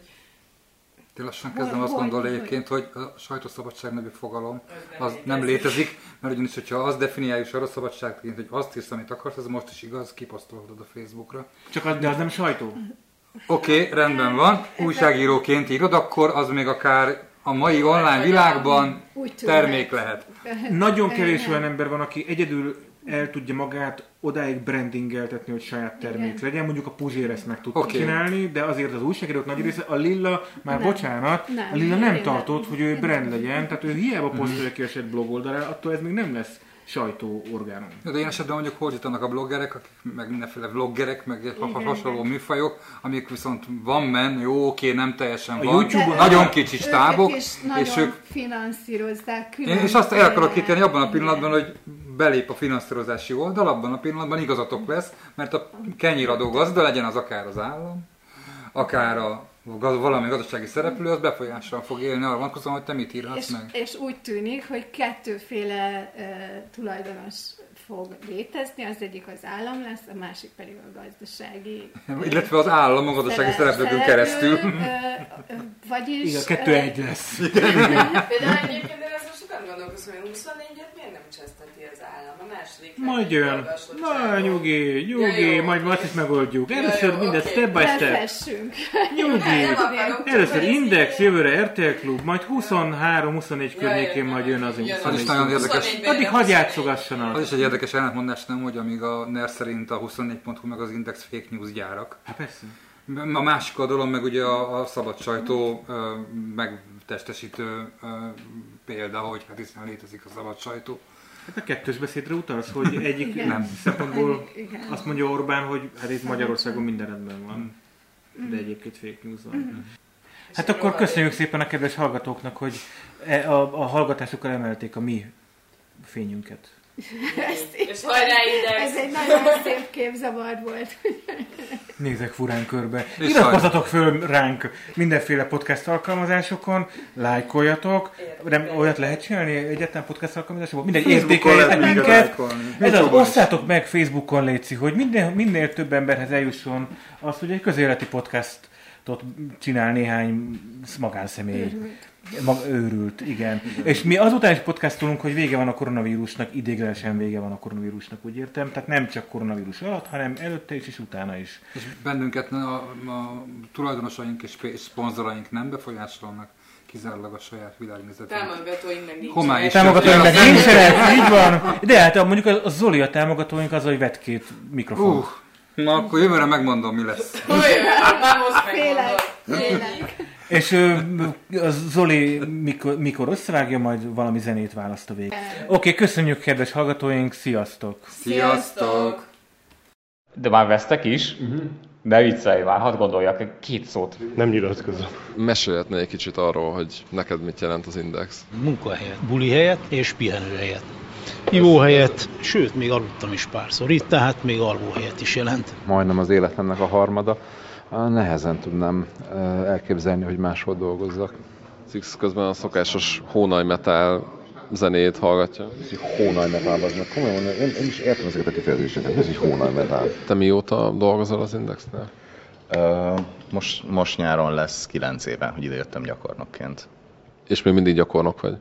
De lassan kezdem azt gondolni egyébként, hogy a sajtószabadság nevű fogalom az nem, nem létezik, mert ugyanis, hogyha azt definiáljuk sajtószabadságként, hogy azt írsz, amit akarsz, az most is igaz, kiposztolod a Facebookra. Csak az, de az nem sajtó. Oké, okay, rendben van, újságíróként írod, akkor az még akár a mai online világban termék lehet. Nagyon kevés olyan ember van, aki egyedül el tudja magát odáig brandingeltetni, hogy saját termék Igen. legyen. Mondjuk a Puzsér ezt meg tudta okay. csinálni, de azért az újságírók nagy része, a Lilla, már nem. bocsánat, nem. a Lilla nem tartott, hogy ő brand legyen, tehát ő hiába posztolja ki a saját blog oldalán, attól ez még nem lesz sajtóorgánum. De én esetben mondjuk fordítanak a bloggerek, akik, meg mindenféle vloggerek, meg igen, hasonló műfajok, amik viszont van men, jó, oké, nem teljesen van, YouTube-on nagyon kicsi stábok, és ők finanszírozzák. Én, és azt el akarok kitérni abban a pillanatban, hogy belép a finanszírozási oldal, abban a pillanatban igazatok lesz, mert a kenyéradó gazda legyen az akár az állam, akár a valami gazdasági szereplő, az befolyással fog élni arra vonatkozóan, hogy te mit írhatsz és, meg. És úgy tűnik, hogy kettőféle uh, tulajdonos fog létezni, az egyik az állam lesz, a másik pedig a gazdasági... Illetve az állam a gazdasági szereplőkön keresztül. Ö, ö, vagyis... Igen, kettő ö, egy lesz. Például egyébként én azon sokat gondolkozom, hogy huszonnégyet miért nem cseszteti az állam? A második... Majd jön. Na, nyugi, nyugi, ja, majd majd ezt megoldjuk. Először ja, mindent okay. Step by step. Befessünk. Nyugi. Először Index, jövőre er té el Klub, majd huszonhárom huszonnégy környékén majd jön az Az is nagyon érdekes. Addig hadd játszogassanak. Az is egy érdekes ellentmondás, nem, hogy amíg a en e er szerint a huszonnégy pont hu meg az Index fake news gyárak. Hát persze. A másik a dolog meg ugye a, a szabad sajtó megtestesítő példa, hogy hát hiszen létezik a szabad sajtó. Hát a kettős beszédre utalsz, hogy egyik nem szempontból azt mondja Orbán, hogy hát itt Magyarországon minden rendben van, de egyébként fake news van. Hát akkor köszönjük szépen a kedves hallgatóknak, hogy a, a hallgatásukkal emelték a mi fényünket. És hajrá Index! Ez egy nagyon szép képzavar volt. Nézek furán körbe. Iratkozzatok föl ránk mindenféle podcast alkalmazásokon, lájkoljatok. Nem, olyat lehet csinálni egyetlen podcast alkalmazásokon? Mindegy, értékeljetek minket. Ez az, osszátok meg Facebookon, létszik, hogy minden, minél több emberhez eljusson az, hogy egy közéleti podcastot csinál néhány magánszemély. Mag, őrült, igen. És mi azután is podcastolunk, hogy vége van a koronavírusnak, idéglenesen vége van a koronavírusnak, úgy értem. Tehát nem csak koronavírus alatt, hanem előtte is és utána is. És bennünket a, a tulajdonosaink és szponzoraink nem befolyásolnak, kizárólag a saját világnézetünk. Támogatóink meg nincsenek. Támogatóink meg nincsenek, így van. De hát mondjuk a Zoli a támogatóink az, hogy vett két mikrofon. Uh, na akkor jövőre megmondom, mi lesz. Olyan, már most megmondom. És a Zoli mikor, mikor összevágja, majd valami zenét választ a végén. Oké, okay, köszönjük kedves hallgatóink, sziasztok! Sziasztok! De már vesztek is? Uh-huh. De viccelj már, hadd gondoljak, két szót. Nem nyilatkozom. Mesélhetnél egy kicsit arról, hogy neked mit jelent az Index? Munkahelyet, buli helyet és pihenőhelyet. Ivóhelyet, sőt, még aludtam is párszor itt, tehát még alvóhelyet is jelent. Majdnem az életemnek a harmada. Nehezen tudnám elképzelni, hogy máshol dolgozzak. Six közben a szokásos hónajmetál zenét hallgatja. Ez egy hónajmetál, az meg komolyan mondani, én, én is értem ezeket a kifejezéseket, ez egy hónajmetál. Te mióta dolgozol az Indexnél? Uh, most, most nyáron lesz kilenc éve, hogy ide jöttem gyakornokként. És még mindig gyakornok vagy?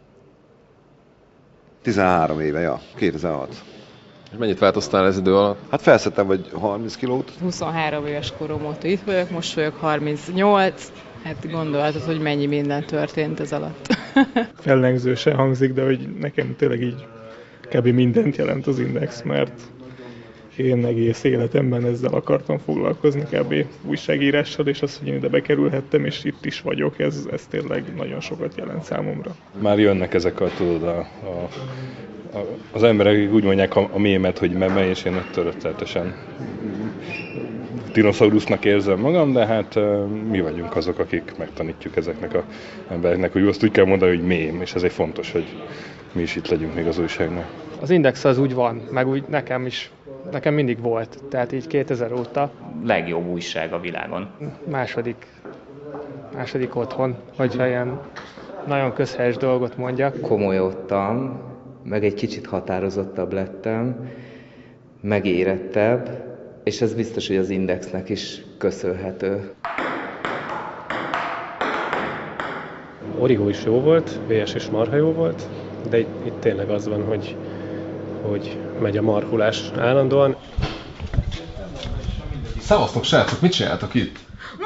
tizenhárom éve, ja, kétezer-hat. És mennyit változtál ez idő alatt? Hát felszettem vagy harminc kilót. huszonhárom éves korom óta itt vagyok, most vagyok harmincnyolc. Hát gondolhatod, hogy mennyi minden történt ez alatt. Fellengzősen hangzik, de hogy nekem tényleg így kb. Mindent jelent az Index, mert én egész életemben ezzel akartam foglalkozni, kb. Újságírással, és az, hogy én ide bekerülhettem, és itt is vagyok, ez, ez tényleg nagyon sokat jelent számomra. Már jönnek ezek a, tudod, a, a, a, az emberek úgy mondják a, a mémet, hogy meme, és én történetesen dinoszaurusznak érzem magam, de hát uh, mi vagyunk azok, akik megtanítjuk ezeknek az embereknek, hogy azt úgy kell mondani, hogy mém, és ezért fontos, hogy mi is itt legyünk még az újságnál. Az Index az úgy van, meg úgy nekem is, nekem mindig volt, tehát így kétezer óta. Legjobb újság a világon. Második, második otthon, hogyha ilyen nagyon közhelyes dolgot mondjak. Komolyodtam, meg egy kicsit határozottabb lettem, megérettebb, és ez biztos, hogy az Indexnek is köszönhető. Origo is jó volt, vé es is marha jó volt, de itt, itt tényleg az van, hogy, hogy megy a marhulás állandóan. Szevasztok srácok, mit csináltok itt?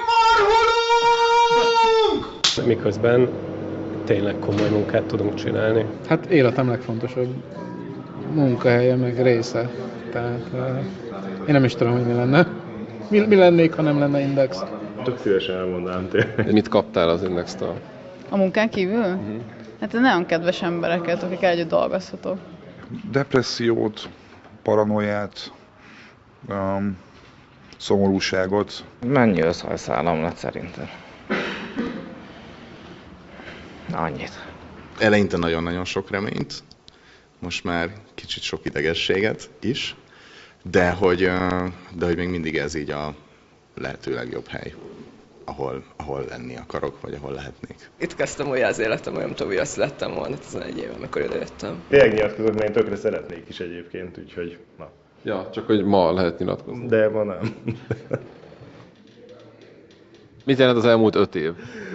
Marhulunk! Miközben tényleg komoly munkát tudunk csinálni. Hát életem legfontosabb munkahelye, meg része. Tehát uh, én nem is tudom, hogy mi lenne. Mi, mi lennék, ha nem lenne Index? Tök szívesen elmondanám tényleg. Mit kaptál az Indextől? A munkán kívül? Uh-huh. Hát nagyon kedves embereket, akik együtt dolgozhatok. Depressziót, paranoiát, um, szomorúságot. Mennyi összhajszállam lett szerintem? Annyit. Eleinte nagyon-nagyon sok reményt, most már kicsit sok idegességet is, de hogy, de hogy még mindig ez így a lehető legjobb hely. ahol, ahol lenni akarok, vagy ahol lehetnék. Itt kezdtem olyan az életem, olyan tovább lettem volna tizenegy éve, amikor idejöttem. Tényleg nyilatkozok, mert én tökre szeretnék is egyébként, úgyhogy na. Ja, csak hogy ma lehet nyilatkozni. De ma nem. Mit jelent az elmúlt öt év?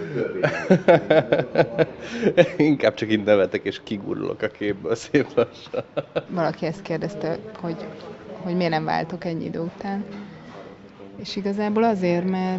Inkább csak itt nevetek és kigurulok a képből szép lassan. Valaki ezt kérdezte, hogy, hogy miért nem váltok ennyi idő után. És igazából azért, mert,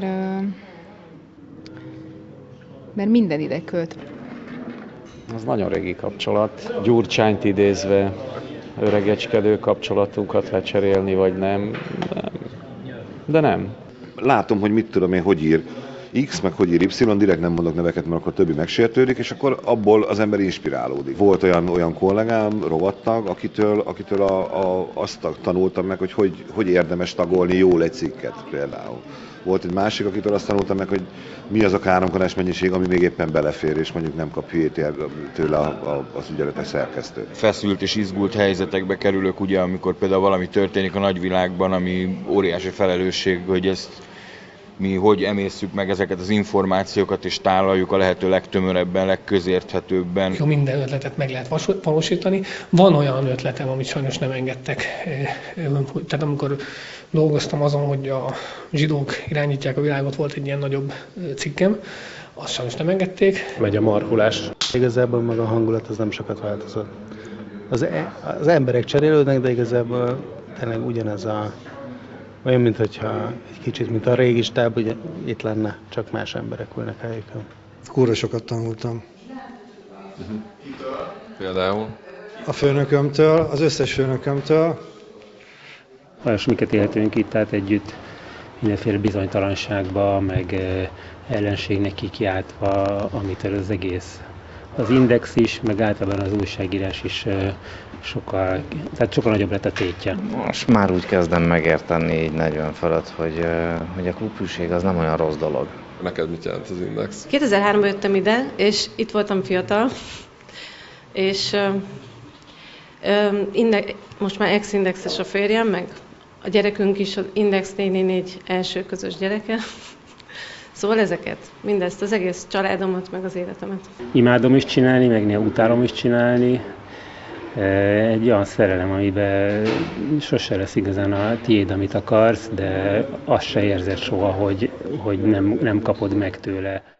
mert minden ide köt. Az nagyon régi kapcsolat. Gyurcsányt idézve öregecskedő kapcsolatunkat lecserélni, vagy nem. nem. De nem. Látom, hogy mit tudom én, hogy ír X, meg hogy ír Y, direkt nem mondok neveket, mert akkor többi megsértődik, és akkor abból az ember inspirálódik. Volt olyan, olyan kollégám, rovattag, akitől, akitől a, a, azt tanultam meg, hogy, hogy hogy érdemes tagolni jól egy cikket például. Volt egy másik, akitől azt tanultam meg, hogy mi az a káromkodás mennyiség, ami még éppen belefér, és mondjuk nem kap hülyét tőle a, a, az ügyeletes szerkesztő. Feszült és izgult helyzetekbe kerülök, ugye, amikor például valami történik a nagyvilágban, ami óriási felelősség, hogy ezt mi hogy emészszük meg ezeket az információkat, és tálaljuk a lehető legtömörebben, legközérthetőbben. Jó, minden ötletet meg lehet valósítani. Van olyan ötletem, amit sajnos nem engedtek. Tehát amikor dolgoztam azon, hogy a zsidók irányítják a világot, volt egy ilyen nagyobb cikkem, azt sajnos nem engedték. Megy a marhulás. Igazából maga a hangulat az nem sokat változott. Az, e- az emberek cserélődnek, de igazából tényleg ugyanez a olyan, mintha egy kicsit, mint a régi stáb, ugye itt lenne, csak más emberek ülnek helyükön. Kurva sokat tanultam. Uh-huh. Például? A főnökömtől, az összes főnökömtől. Olyasmiket éltünk itt, tehát együtt mindenféle bizonytalanságba, meg ellenségnek kikiáltva, amitől az egész. Az Index is, meg általában az újságírás is sokkal, tehát sokkal nagyobb lett a tétje. Most már úgy kezdem megérteni így negyven fölött, hogy, hogy a klubhűség az nem olyan rossz dolog. Neked mit jelent az Index? kétezer-háromban jöttem ide, és itt voltam fiatal, és uh, uh, inde- most már ex-indexes a férjem, meg a gyerekünk is az Index négy négy négy első közös gyereke. Szóval ezeket, mindezt, az egész családomat, meg az életemet. Imádom is csinálni, meg néha utálom is csinálni. Egy olyan szerelem, amiben sose lesz igazán a tiéd, amit akarsz, de azt se érzed soha, hogy, hogy nem, nem kapod meg tőle.